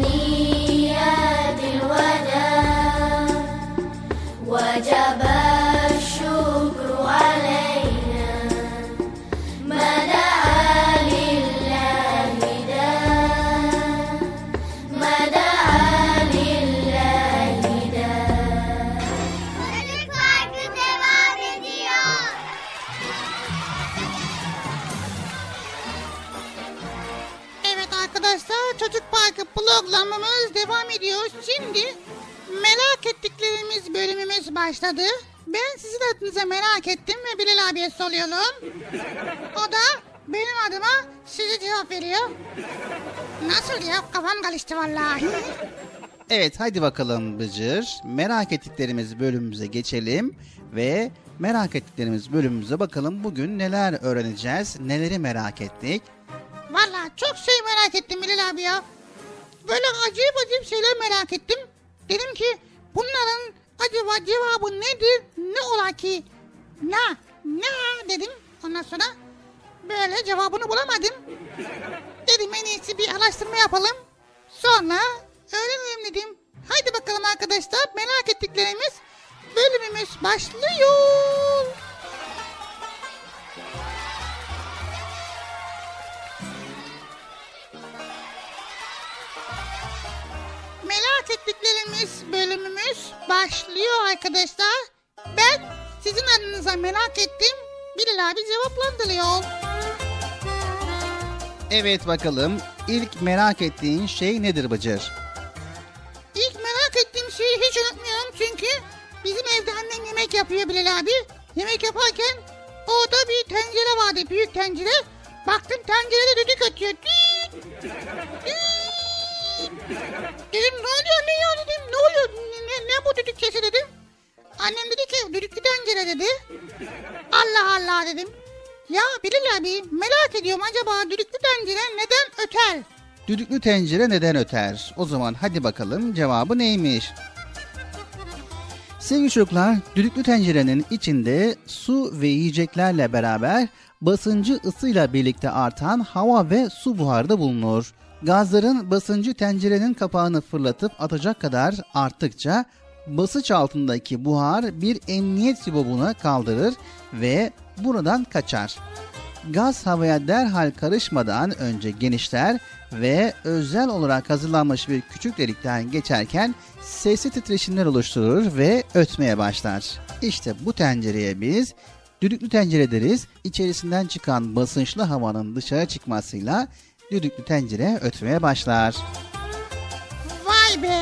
ثنيات الوداع وجب الشكر علينا ما دعا لله داع ما دعا لله داع. Çocuk Parkı devam ediyor. arkadaşlar, Çocuk Parkı programımız devam ediyor. Şimdi merak ettiklerimiz bölümümüz başladı. Ben sizin adınıza merak ettim ve Bilal abiye soruyorum. O da benim adıma size cevap veriyor. Nasıl ya? Kafam karıştı vallahi. Evet, hadi bakalım Bıcır. Merak ettiklerimiz bölümümüze geçelim ve merak ettiklerimiz bölümümüze bakalım bugün neler öğreneceğiz, neleri merak ettik. Vallahi çok şey merak ettim Bilal abi ya. Böyle acayip şeyler merak ettim. Dedim ki bunların acaba cevabı nedir? Ne ola ki? Ne dedim. Ondan sonra böyle cevabını bulamadım. Dedim en iyisi bir araştırma yapalım. Sonra öğrenelim dedim. Haydi bakalım arkadaşlar, merak ettiklerimiz bölümümüz başlıyor. Merak ettiklerimiz bölümümüz başlıyor arkadaşlar. Ben sizin adınıza merak ettim. Bilal abi cevaplandırıyor. Evet bakalım, ilk merak ettiğin şey nedir Bıcır? İlk merak ettiğim şeyi hiç unutmuyorum çünkü bizim evde annem yemek yapıyor Bilal abi. Yemek yaparken orada bir tencere vardı, büyük tencere. Baktım tencerede düdük ötüyor. Dedim ne oluyor ne ya dedim. Ne oluyor ne bu düdük sesi dedim. Annem dedi ki düdüklü tencere dedi. Allah Allah dedim. Ya Bilal abi merak ediyorum, acaba düdüklü tencere neden öter? Düdüklü tencere neden öter? O zaman hadi bakalım cevabı neymiş? Sevgili çocuklar, düdüklü tencerenin içinde su ve yiyeceklerle beraber basıncı ısıyla birlikte artan hava ve su buharı da bulunur. Gazların basıncı tencerenin kapağını fırlatıp atacak kadar arttıkça basınç altındaki buhar bir emniyet sibobuna kaldırır ve buradan kaçar. Gaz havaya derhal karışmadan önce genişler ve özel olarak hazırlanmış bir küçük delikten geçerken sesli titreşimler oluşturur ve ötmeye başlar. İşte bu tencereye biz düdüklü tencere deriz. İçerisinden çıkan basınçlı havanın dışarı çıkmasıyla düdüklü tencere ötmeye başlar. Vay be!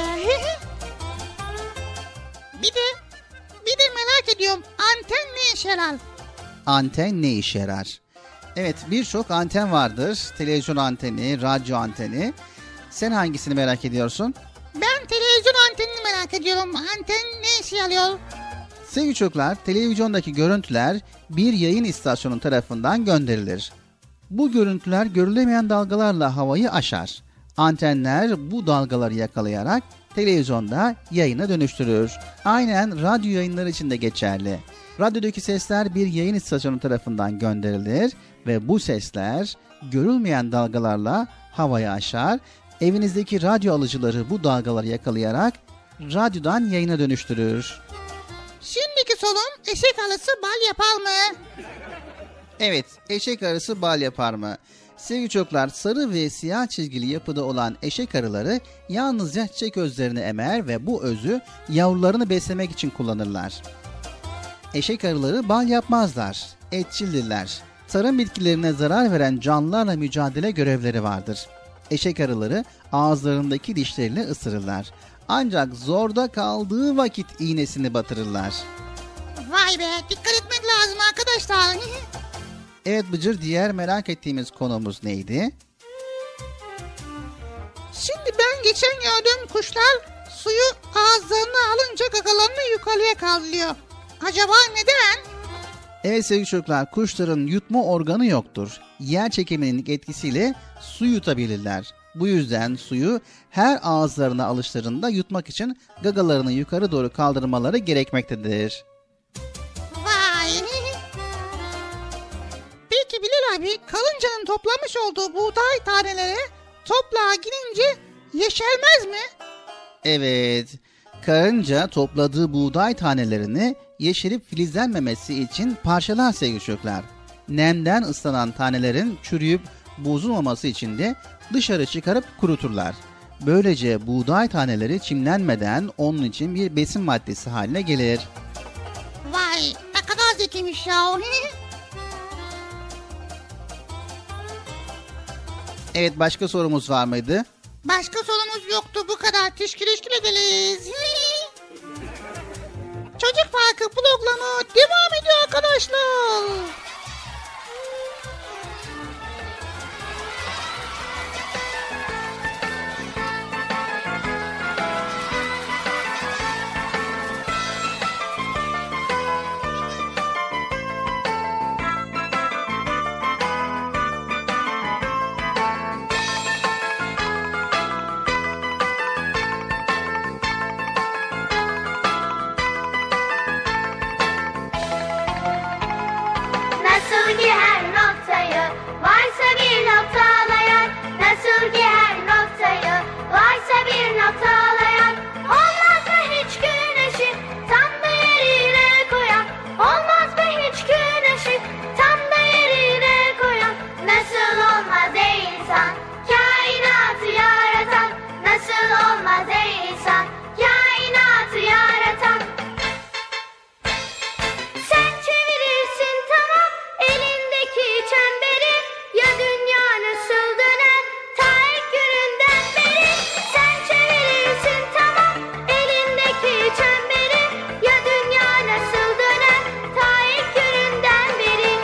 Bir de merak ediyorum, anten ne işe yarar? Anten ne işe yarar? Evet, birçok anten vardır. Televizyon anteni, radyo anteni. Sen hangisini merak ediyorsun? Ben televizyon antenini merak ediyorum. Anten ne işe yarıyor? Sevgili çocuklar, televizyondaki görüntüler bir yayın istasyonu tarafından gönderilir. Bu görüntüler görülemeyen dalgalarla havayı aşar. Antenler bu dalgaları yakalayarak televizyonda yayına dönüştürür. Aynen radyo yayınları için de geçerli. Radyodaki sesler bir yayın istasyonu tarafından gönderilir ve bu sesler görülmeyen dalgalarla havaya aşar. Evinizdeki radyo alıcıları bu dalgaları yakalayarak radyodan yayına dönüştürür. Şimdiki sorum, eşek arısı bal yapar mı? Evet, eşek arısı bal yapar mı? Sevgili çocuklar, sarı ve siyah çizgili yapıda olan eşek arıları yalnızca çiçek özlerini emer ve bu özü yavrularını beslemek için kullanırlar. Eşek arıları bal yapmazlar, etçildirler. Tarım bitkilerine zarar veren canlılarla mücadele görevleri vardır. Eşek arıları ağızlarındaki dişlerini ısırırlar. Ancak zorda kaldığı vakit iğnesini batırırlar. Vay be, dikkat etmek lazım arkadaşlar. Evet Bıcır, diğer merak ettiğimiz konumuz neydi? Şimdi ben geçen gördüğüm kuşlar suyu ağızlarına alınca gagalarını yukarıya kaldırıyor. Acaba neden? Evet sevgili çocuklar, kuşların yutma organı yoktur. Yer çekiminin etkisiyle su yutabilirler. Bu yüzden suyu her ağızlarına alışlarında yutmak için gagalarını yukarı doğru kaldırmaları gerekmektedir. Vay! Peki Bilal abi, karıncanın toplamış olduğu buğday taneleri toprağa girince yeşermez mi? Evet, karınca topladığı buğday tanelerini yeşerip filizlenmemesi için parçalar sevgili çocuklar. Nemden ıslanan tanelerin çürüyüp bozulmaması için de dışarı çıkarıp kuruturlar. Böylece buğday taneleri çimlenmeden onun için bir besin maddesi haline gelir. Vay, ne kadar zekiymiş ya. Evet, başka sorumuz var mıydı? Başka sorumuz yoktu, bu kadar. Teşekkür ederiz. Çocuk Parkı programı devam ediyor arkadaşlar. Nasıl ki her noktayı varsa bir noktalayan, nasıl ki her noktayı varsa bir noktalayan, olmaz mı hiç güneşi tam da yerine koyan, olmaz mı hiç güneşi tam da yerine koyan, nasıl olmaz ey insan kainatı yaratan, nasıl olmaz ey insan kainatı yaratan. Sen çevirirsin tamam elindeki çemberi, ya dünya nasıl döner ta ilk gününden beri. Sen çevirirsin tamam elindeki çemberi, ya dünya nasıl döner ta ilk gününden beri.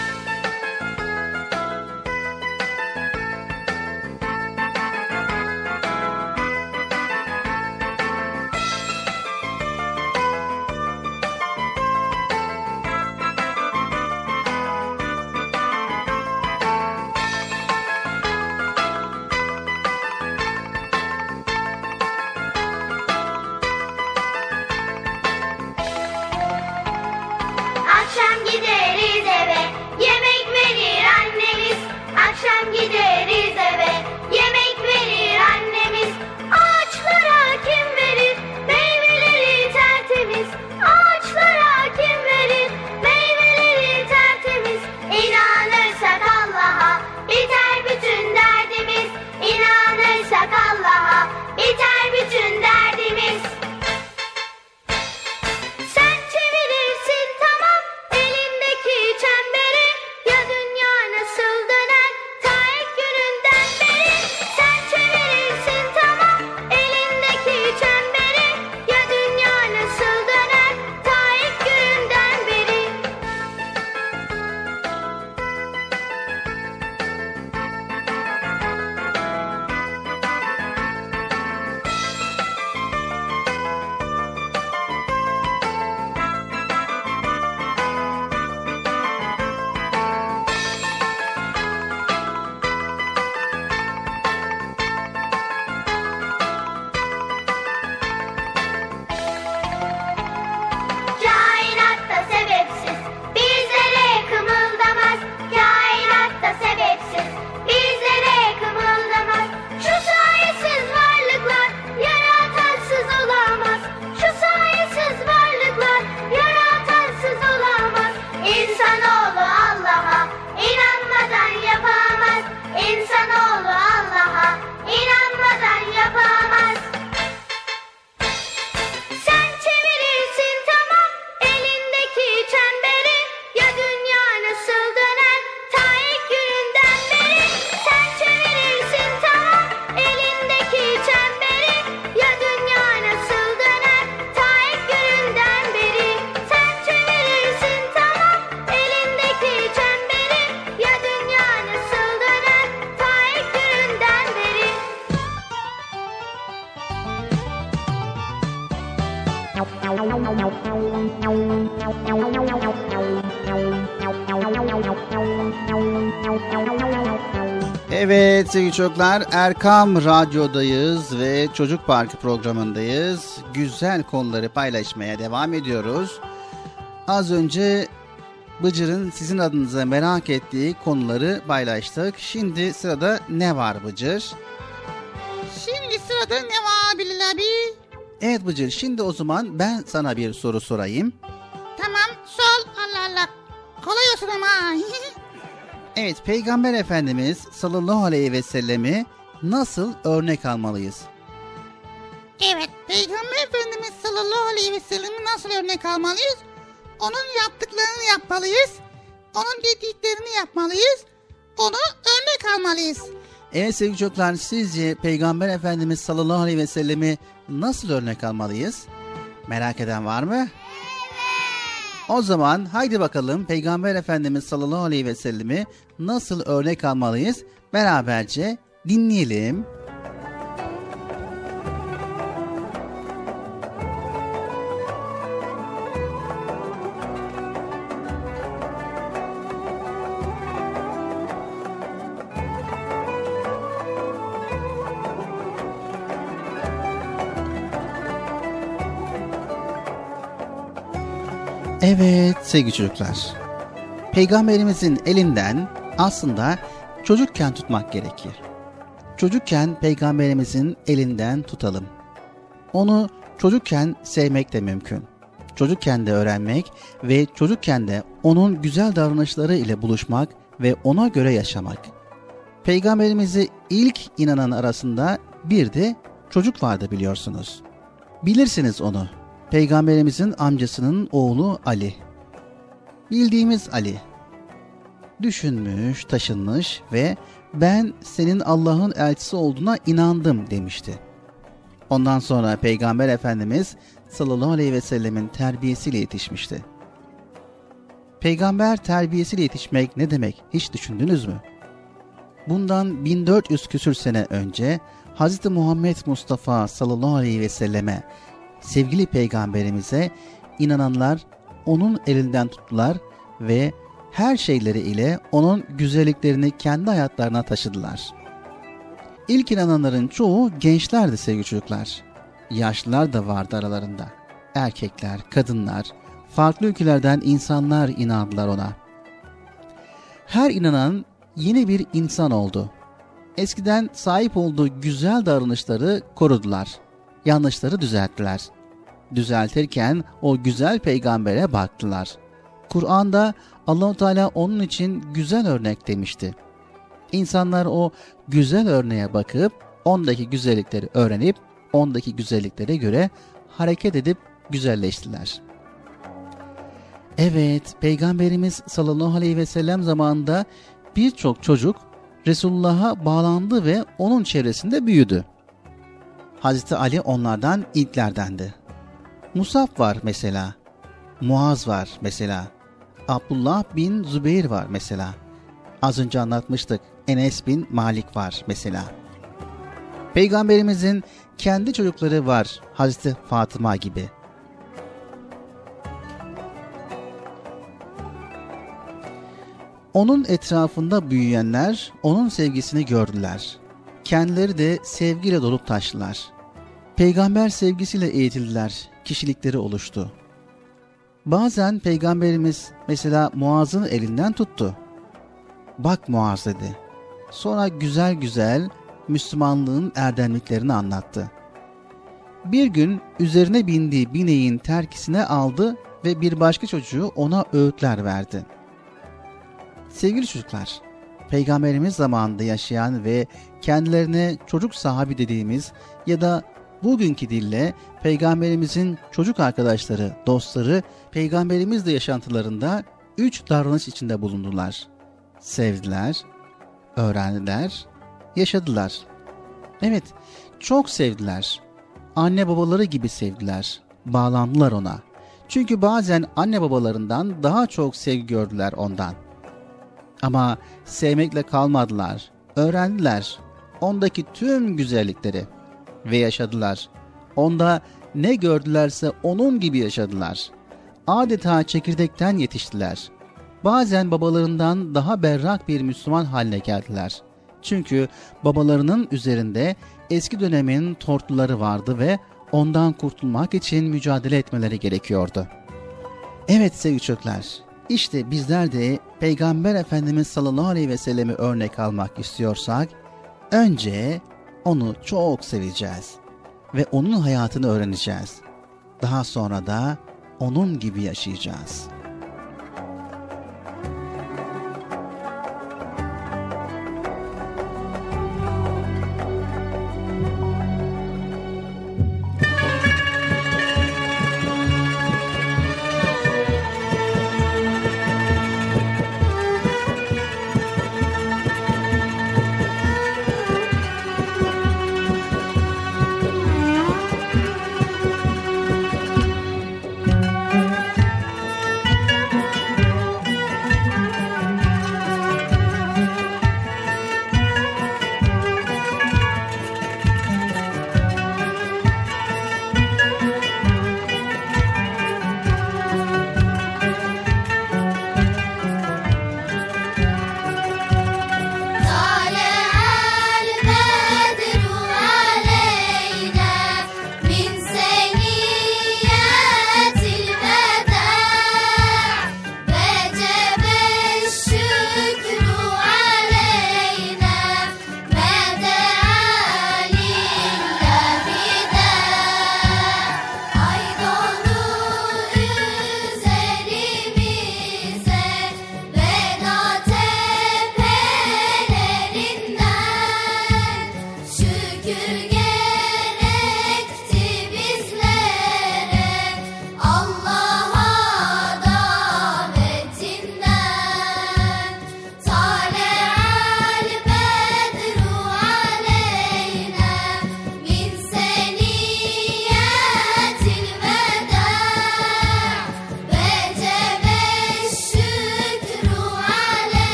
Akşam gideriz eve, yemek verir annemiz. Akşam gideriz eve, yemek verir annemiz. Ağaçlara kim verir meyveleri tertemiz? Ağaçlara kim verir meyveleri tertemiz? İnanırsak Allah'a biter bütün derdimiz. İnanırsak Allah'a biter bütün derdimiz. Sen çevirirsin tamam elindeki çemberi, ya dünya nasıl döner ta ilk gününden beri. Sen çevirirsin tamam elindeki çemberi, ya dünya nasıl döner ta ilk gününden beri. Kainatta sebepsiz bizlere kımıldamaz. Kainatta sebepsiz bizlere kımıldamaz. Şu sayısız varlıklar yaratansız olamaz. Şu sayısız varlıklar yaratansız olamaz. İnsanoğlu Allah'a inanmadan yapamaz. İnsanoğlu Allah'a inanmadan yapamaz. Sen çevirirsin tamam elindeki çemberi, ya dünya nasıl döner ta ilk gününden beri. Sen çevirirsin tamam elindeki çemberi, ya dünya nasıl döner ta ilk gününden beri. Sen çevirirsin tamam elindeki çemberi, ya dünya nasıl döner ta ilk gününden beri. Evet sevgili çocuklar, Erkam Radyo'dayız ve Çocuk Parkı programındayız. Güzel konuları paylaşmaya devam ediyoruz. Az önce Bıcır'ın sizin adınıza merak ettiği konuları paylaştık. Şimdi sırada ne var Bıcır? Şimdi sırada ne var Bilal abi? Evet Bıcır, şimdi o zaman ben sana bir soru sorayım. Tamam sol. Allah Allah. Kolay olsun ama. Evet, Peygamber Efendimiz sallallahu aleyhi ve sellemi nasıl örnek almalıyız? Evet, Peygamber Efendimiz sallallahu aleyhi ve sellemi nasıl örnek almalıyız? Onun yaptıklarını yapmalıyız. Onun dediklerini yapmalıyız. Onu örnek almalıyız. Evet sevgili çocuklar, sizce Peygamber Efendimiz sallallahu aleyhi ve sellemi nasıl örnek almalıyız? Merak eden var mı? Evet. O zaman haydi bakalım Peygamber Efendimiz sallallahu aleyhi ve sellemi nasıl örnek almalıyız? Beraberce dinleyelim. Evet sevgili çocuklar, Peygamberimizin elinden aslında çocukken tutmak gerekir. Çocukken Peygamberimizin elinden tutalım. Onu çocukken sevmek de mümkün. Çocukken de öğrenmek ve çocukken de onun güzel davranışları ile buluşmak ve ona göre yaşamak. Peygamberimize ilk inanan arasında bir de çocuk vardı biliyorsunuz. Bilirsiniz onu. Peygamberimizin amcasının oğlu Ali. Bildiğimiz Ali. Düşünmüş, taşınmış ve ben senin Allah'ın elçisi olduğuna inandım demişti. Ondan sonra Peygamber Efendimiz sallallahu aleyhi ve sellemin terbiyesiyle yetişmişti. Peygamber terbiyesiyle yetişmek ne demek hiç düşündünüz mü? Bundan 1400 küsür sene önce Hz. Muhammed Mustafa sallallahu aleyhi ve selleme, sevgili Peygamberimize inananlar onun elinden tuttular ve her şeyleri ile onun güzelliklerini kendi hayatlarına taşıdılar. İlk inananların çoğu gençlerdi sevgili çocuklar. Yaşlılar da vardı aralarında. Erkekler, kadınlar, farklı ülkelerden insanlar inandılar ona. Her inanan yeni bir insan oldu. Eskiden sahip olduğu güzel davranışları korudular. Yanlışları düzelttiler. Düzeltirken o güzel peygambere baktılar. Kur'an'da Allah-u Teala onun için güzel örnek demişti. İnsanlar o güzel örneğe bakıp ondaki güzellikleri öğrenip ondaki güzelliklere göre hareket edip güzelleştiler. Evet, Peygamberimiz sallallahu aleyhi ve sellem zamanında birçok çocuk Resulullah'a bağlandı ve onun çevresinde büyüdü. Hazreti Ali onlardan ilklerdendi. Musab var mesela, Muaz var mesela, Abdullah bin Zübeyir var mesela. Az önce anlatmıştık, Enes bin Malik var mesela. Peygamberimizin kendi çocukları var, Hazreti Fatıma gibi. Onun etrafında büyüyenler onun sevgisini gördüler. Kendileri de sevgiyle dolup taştılar. Peygamber sevgisiyle eğitildiler, kişilikleri oluştu. Bazen Peygamberimiz mesela Muaz'ın elinden tuttu. Bak Muaz dedi. Sonra güzel güzel Müslümanlığın erdemliklerini anlattı. Bir gün üzerine bindiği bineğin terkisine aldı ve bir başka çocuğu ona öğütler verdi. Sevgili çocuklar, Peygamberimiz zamanında yaşayan ve kendilerine çocuk sahabi dediğimiz ya da bugünkü dille Peygamberimizin çocuk arkadaşları, dostları, Peygamberimizle yaşantılarında 3 davranış içinde bulundular. Sevdiler, öğrendiler, yaşadılar. Evet, çok sevdiler. Anne babaları gibi sevdiler, bağlandılar ona. Çünkü bazen anne babalarından daha çok sevgi gördüler ondan. Ama sevmekle kalmadılar, öğrendiler ondaki tüm güzellikleri ve yaşadılar. Onda ne gördülerse onun gibi yaşadılar. Adeta çekirdekten yetiştiler. Bazen babalarından daha berrak bir Müslüman haline geldiler. Çünkü babalarının üzerinde eski dönemin tortuları vardı ve ondan kurtulmak için mücadele etmeleri gerekiyordu. Evet sevgili çocuklar, işte bizler de Peygamber Efendimiz sallallahu aleyhi ve sellemi örnek almak istiyorsak, önce onu çok seveceğiz ve onun hayatını öğreneceğiz. Daha sonra da onun gibi yaşayacağız.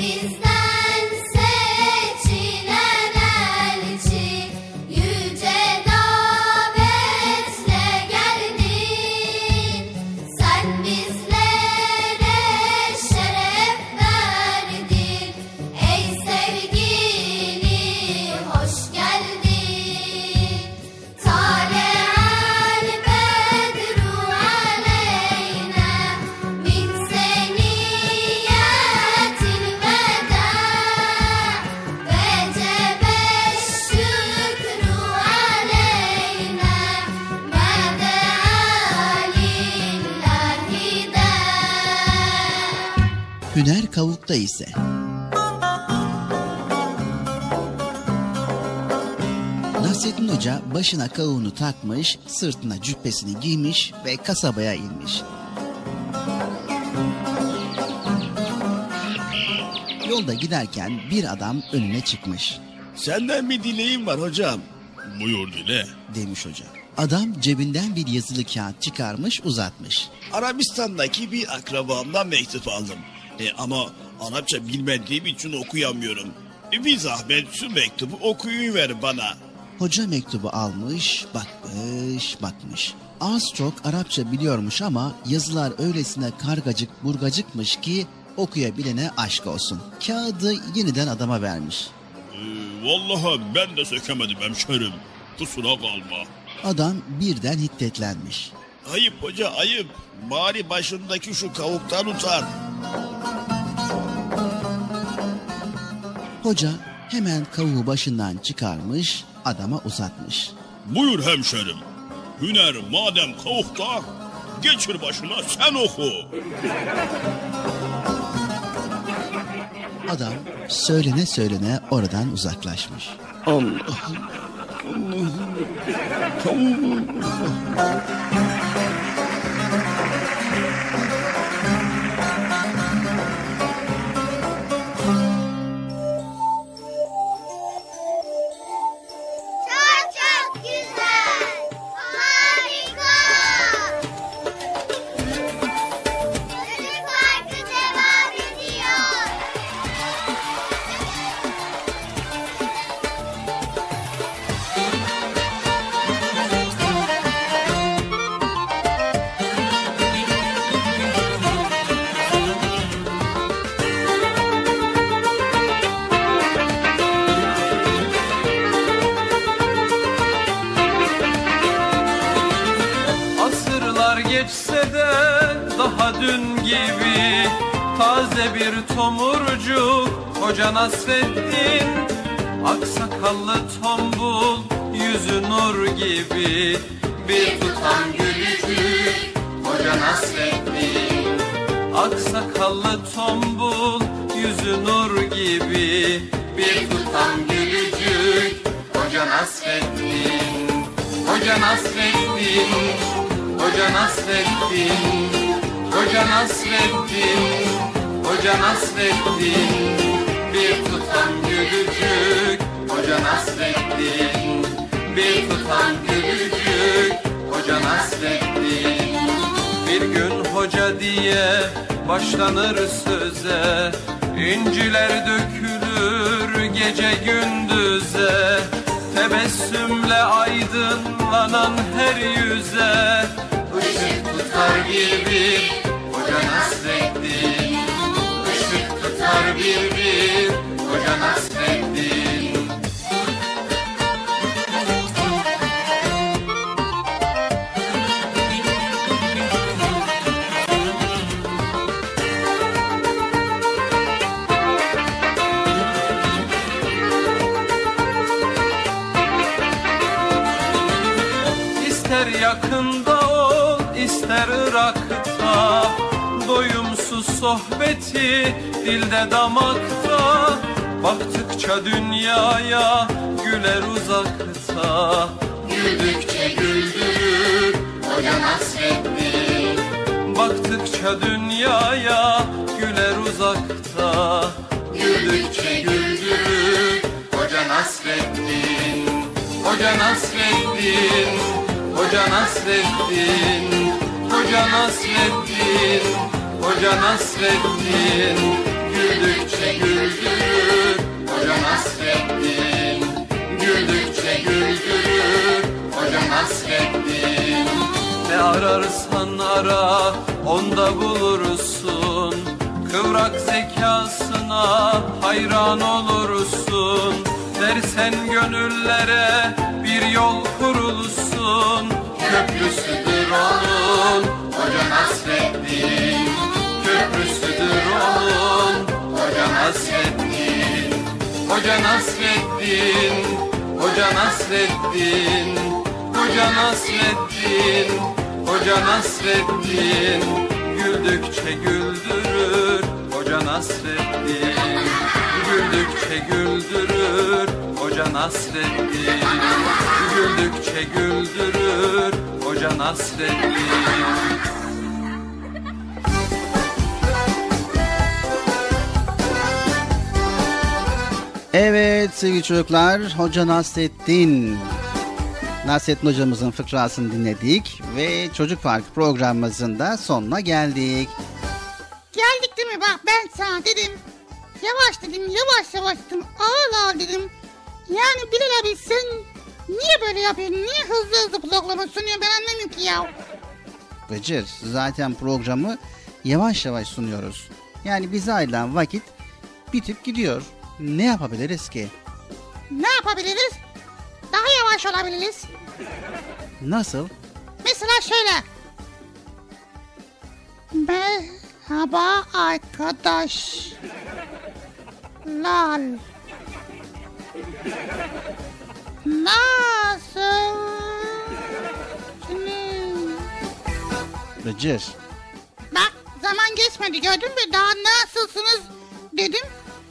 Bizden seçilen elçi, yüce davetle geldin. Sen bizlere şeref verdin. Ey sevgili hoş geldin. Tale'el bedru aleyna min seniyetil veda. Vecebe şükrü aleyna mede lillahi de. Hüner kavukta ise. Nasrettin Hoca başına kavuğunu takmış, sırtına cübbesini giymiş ve kasabaya inmiş. Yolda giderken bir adam önüne çıkmış. Senden bir dileğim var hocam. Buyur dile. Demiş hoca. Adam cebinden bir yazılı kağıt çıkarmış, uzatmış. Arabistan'daki bir akrabamdan mektup aldım. Ama Arapça bilmediğim için okuyamıyorum. Bir zahmet şu mektubu okuyuver bana. Hoca mektubu almış, bakmış. Az çok Arapça biliyormuş ama yazılar öylesine kargacık burgacıkmış ki okuyabilene aşk olsun. Kağıdı yeniden adama vermiş. Vallahi ben de sökemedim hemşerim. Kusura kalma. Adam birden hiddetlenmiş. Ayıp hoca ayıp. Bari başındaki şu kavuktan utan. Hoca hemen kavuğu başından çıkarmış, adama uzatmış. Buyur hemşerim. Hüner madem kavukta, geçir başına sen oku. Adam söylene söylene oradan uzaklaşmış. Allah'ım. Allah'ım. Çok çok güzel. Harika. Çocuk Parkı devam ediyor. Asırlar geçse de daha dün gibi taze bir tomurcuk Hoca Nasreddin. Aksakallı tombul yüzü nur gibi bir tutam gülücük Hoca Nasreddin. Aksakallı tombul yüzü nur gibi bir tutam gülücük Hoca Nasreddin. Hoca Nasreddin, Hoca Nasreddin, Hoca Nasreddin, Hoca Nasreddin, bir tutam gülücük Hoca Nasreddin, bir tutam gülücük Hoca Nasreddin. Bir gün hoca diye başlanır söze, inciler dökülür gece gündüze. Tebessümle aydınlanan her yüze ışık tutar bir Hoca Nasreddin. Işık tutar bir Hoca Nasreddin. İster yakında ol, ister Irak'ta, doyumsuz sohbeti dilde damakta. Baktıkça dünyaya güler uzakta, güldükçe güldürür Hoca Nasreddin. Baktıkça dünyaya güler uzakta, güldükçe güldürür Hoca Nasreddin. Hoca Nasreddin, Hoca Nasreddin, Hoca Nasreddin, Hoca Nasreddin, güldükçe güldürür Hoca Nasreddin. Güldükçe güldürür Hoca Nasreddin. Ne ararsan ara onda bulursun, kıvrak zekasına hayran olursun. Dersen gönüllere bir yol kurulsun, köprüsüdür onun Hoca Nasreddin. Köprüsüdür onun Hoca Nasreddin. Hoca Nasreddin, Hoca Nasreddin, Hoca Nasreddin, Hoca Nasreddin. Güldükçe güldürür Hoca Nasreddin. Güldükçe güldürür Hoca Nasreddin. Güldükçe güldürür Hoca Nasreddin. Evet sevgili çocuklar, Hoca Nasreddin hocamızın fıkrasını dinledik ve Çocuk Park programımızın da sonuna geldik. Geldik değil mi? Bak ben sana dedim. Yavaş dedim, yavaş yavaş dedim. Ağır ağır dedim. Yani Bilal abi sen niye böyle yapıyorsun? Niye hızlı hızlı programı sunuyorsun? Ben anlamıyorum ki ya. Bıcır, zaten programı yavaş yavaş sunuyoruz. Yani bize ayrılan vakit bitip gidiyor. Ne yapabiliriz ki? Ne yapabiliriz? Daha yavaş olabiliriz. Nasıl? Mesela şöyle. Merhaba arkadaşlar. Nasılsınız? Bıcır. Bak zaman geçmedi gördün mü? Daha nasılsınız dedim.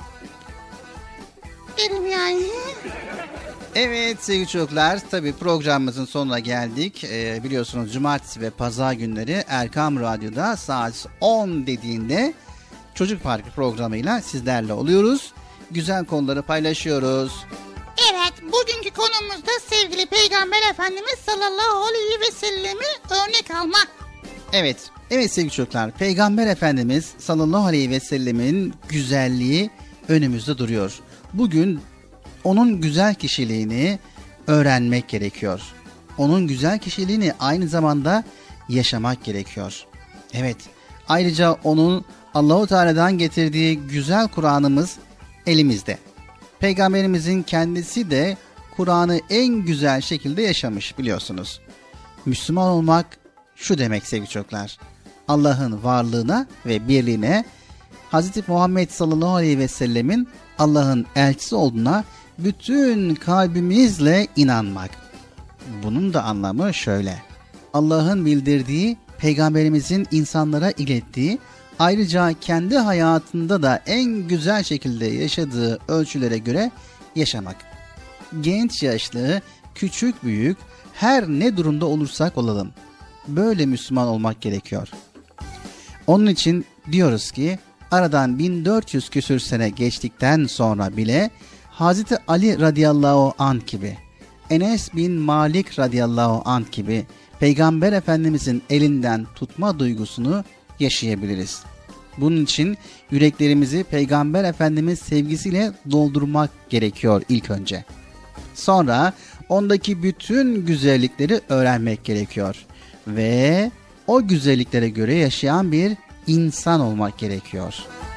Dedim yani. Evet sevgili çocuklar, tabii programımızın sonuna geldik. Biliyorsunuz cumartesi ve pazar günleri Erkam Radyo'da saat 10 dediğinde Çocuk Parkı programıyla sizlerle oluyoruz. Güzel konuları paylaşıyoruz. Evet, bugünkü konumuz da sevgili Peygamber Efendimiz sallallahu aleyhi ve sellemi örnek almak. Evet sevgili çocuklar, Peygamber Efendimiz sallallahu aleyhi ve sellemin güzelliği önümüzde duruyor. Bugün onun güzel kişiliğini öğrenmek gerekiyor. Onun güzel kişiliğini aynı zamanda yaşamak gerekiyor. Evet, ayrıca onun Allahu Teala'dan getirdiği güzel Kur'an'ımız elimizde. Peygamberimizin kendisi de Kur'an'ı en güzel şekilde yaşamış biliyorsunuz. Müslüman olmak şu demek sevgili çocuklar. Allah'ın varlığına ve birliğine, Hz. Muhammed sallallahu aleyhi ve sellemin Allah'ın elçisi olduğuna bütün kalbimizle inanmak. Bunun da anlamı şöyle. Allah'ın bildirdiği, Peygamberimizin insanlara ilettiği, ayrıca kendi hayatında da en güzel şekilde yaşadığı ölçülere göre yaşamak. Genç yaşlı, küçük büyük, her ne durumda olursak olalım. Böyle Müslüman olmak gerekiyor. Onun için diyoruz ki, aradan 1400 küsür sene geçtikten sonra bile Hazreti Ali radıyallahu anh gibi, Enes bin Malik radıyallahu anh gibi Peygamber Efendimizin elinden tutma duygusunu yaşayabiliriz. Bunun için yüreklerimizi Peygamber Efendimiz sevgisiyle doldurmak gerekiyor ilk önce. Sonra ondaki bütün güzellikleri öğrenmek gerekiyor ve o güzelliklere göre yaşayan bir insan olmak gerekiyor.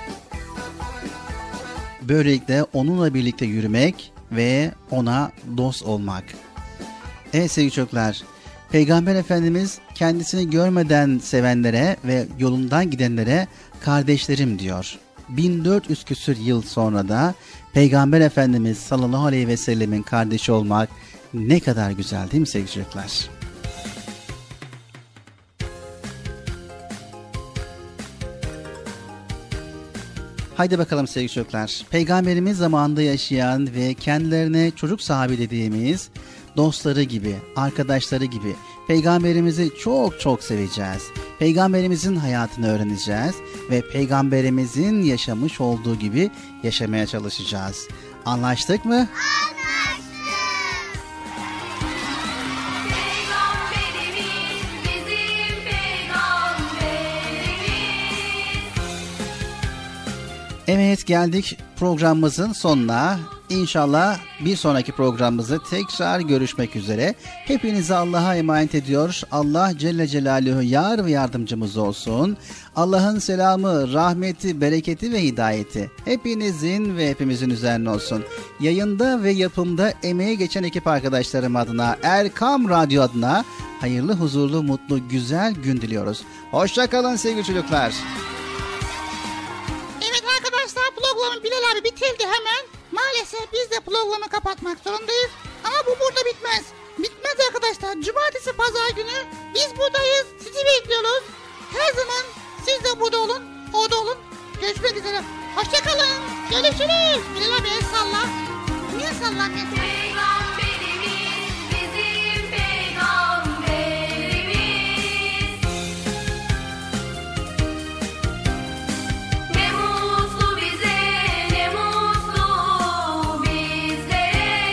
Böylelikle onunla birlikte yürümek ve ona dost olmak. Evet sevgili çocuklar, Peygamber Efendimiz kendisini görmeden sevenlere ve yolundan gidenlere kardeşlerim diyor. 1400 küsür yıl sonra da Peygamber Efendimiz sallallahu aleyhi ve sellemin kardeşi olmak ne kadar güzel değil mi sevgili çocuklar? Haydi bakalım sevgili çocuklar. Peygamberimiz zamanında yaşayan ve kendilerine çocuk sahibi dediğimiz dostları gibi, arkadaşları gibi Peygamberimizi çok çok seveceğiz. Peygamberimizin hayatını öğreneceğiz ve Peygamberimizin yaşamış olduğu gibi yaşamaya çalışacağız. Anlaştık mı? Evet, geldik programımızın sonuna. İnşallah bir sonraki programımızda tekrar görüşmek üzere. Hepinizi Allah'a emanet ediyor. Allah Celle Celaluhu yar ve yardımcımız olsun. Allah'ın selamı, rahmeti, bereketi ve hidayeti hepinizin ve hepimizin üzerine olsun. Yayında ve yapımda emeği geçen ekip arkadaşlarım adına, Erkam Radyo adına hayırlı, huzurlu, mutlu, güzel gün diliyoruz. Hoşça kalın sevgili çocuklar. Evet arkadaşlar, programın Bilal abi bitirdi hemen. Maalesef biz de programı kapatmak zorundayız. Ama bu burada bitmez. Bitmez arkadaşlar. Cumartesi, pazar günü biz buradayız. Sizi bekliyoruz. Her zaman siz de burada olun. Orada olun. Görüşmek üzere. Hoşçakalın. Görüşürüz. Bilal abi el salla. Niye sallamıyorsun? Peygamberimiz bizim peygamberimiz. Ne mutlu bize, ne mutlu bizlere.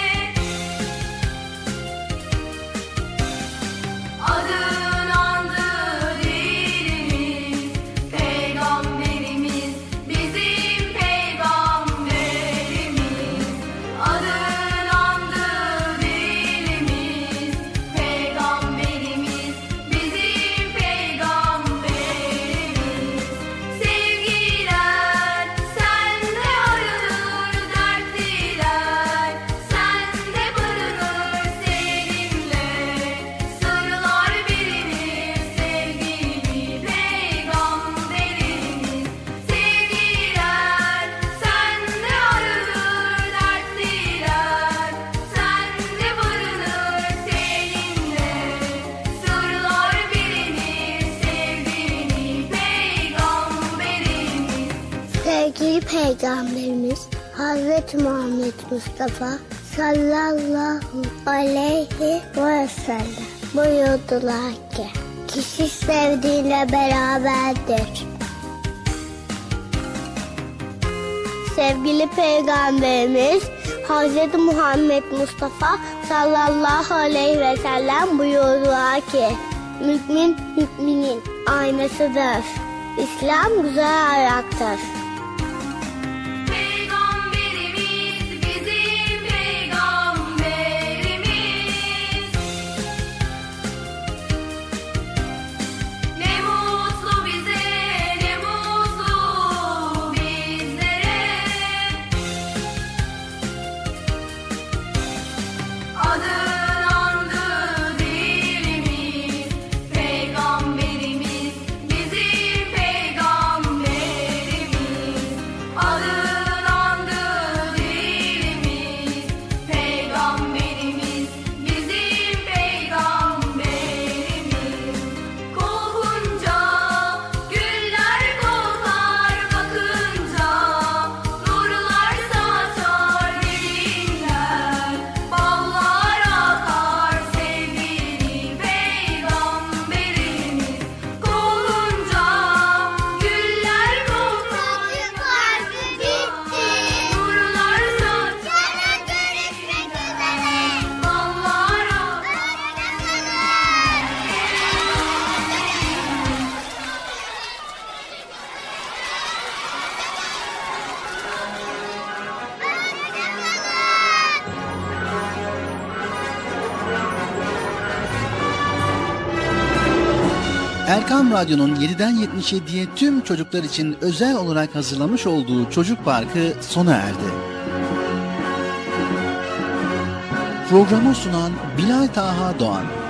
Adın andı dilimiz, peygamberimiz bizim peygamberimiz. Adın andı dilimiz, peygamberimiz bizim peygamberimiz. Sevgiler sende aranır, dertliler sende barınır seninle. Sırlar bilinir sevgili peygamberimiz. Sevgiler sende aranır, dertliler sende barınır seninle. Sırlar bilinir sevgili peygamberimiz. Sevgili Peygamberimiz Hazreti Muhammed Mustafa sallallahu aleyhi ve sellem buyurdular ki kişi sevdiğiyle beraberdir. Sevgili Peygamberimiz Hazreti Muhammed Mustafa sallallahu aleyhi ve sellem buyurdular ki mümin müminin aynasıdır. İslam güzel ayaktır. Peygamberimiz bizim peygamberimiz. Ne mutlu bize, ne mutlu bizlere. Adın andı dilimiz, peygamberimiz bizim peygamberimiz. Adın andı dilimiz, peygamberimiz bizim peygamberimiz. Korkunca güller kokar, bakınca nurlar saçar dilinden. Ballar akar sevgili peygamberimiz. Korkunca güller kokar, nurlar saçar. Görüşmek üzere. Ballar akar. Erkam Radyo'nun 7'den 77'ye tüm çocuklar için özel olarak hazırlamış olduğu Çocuk Parkı sona erdi. Programı sunan Bilal Taha Doğan.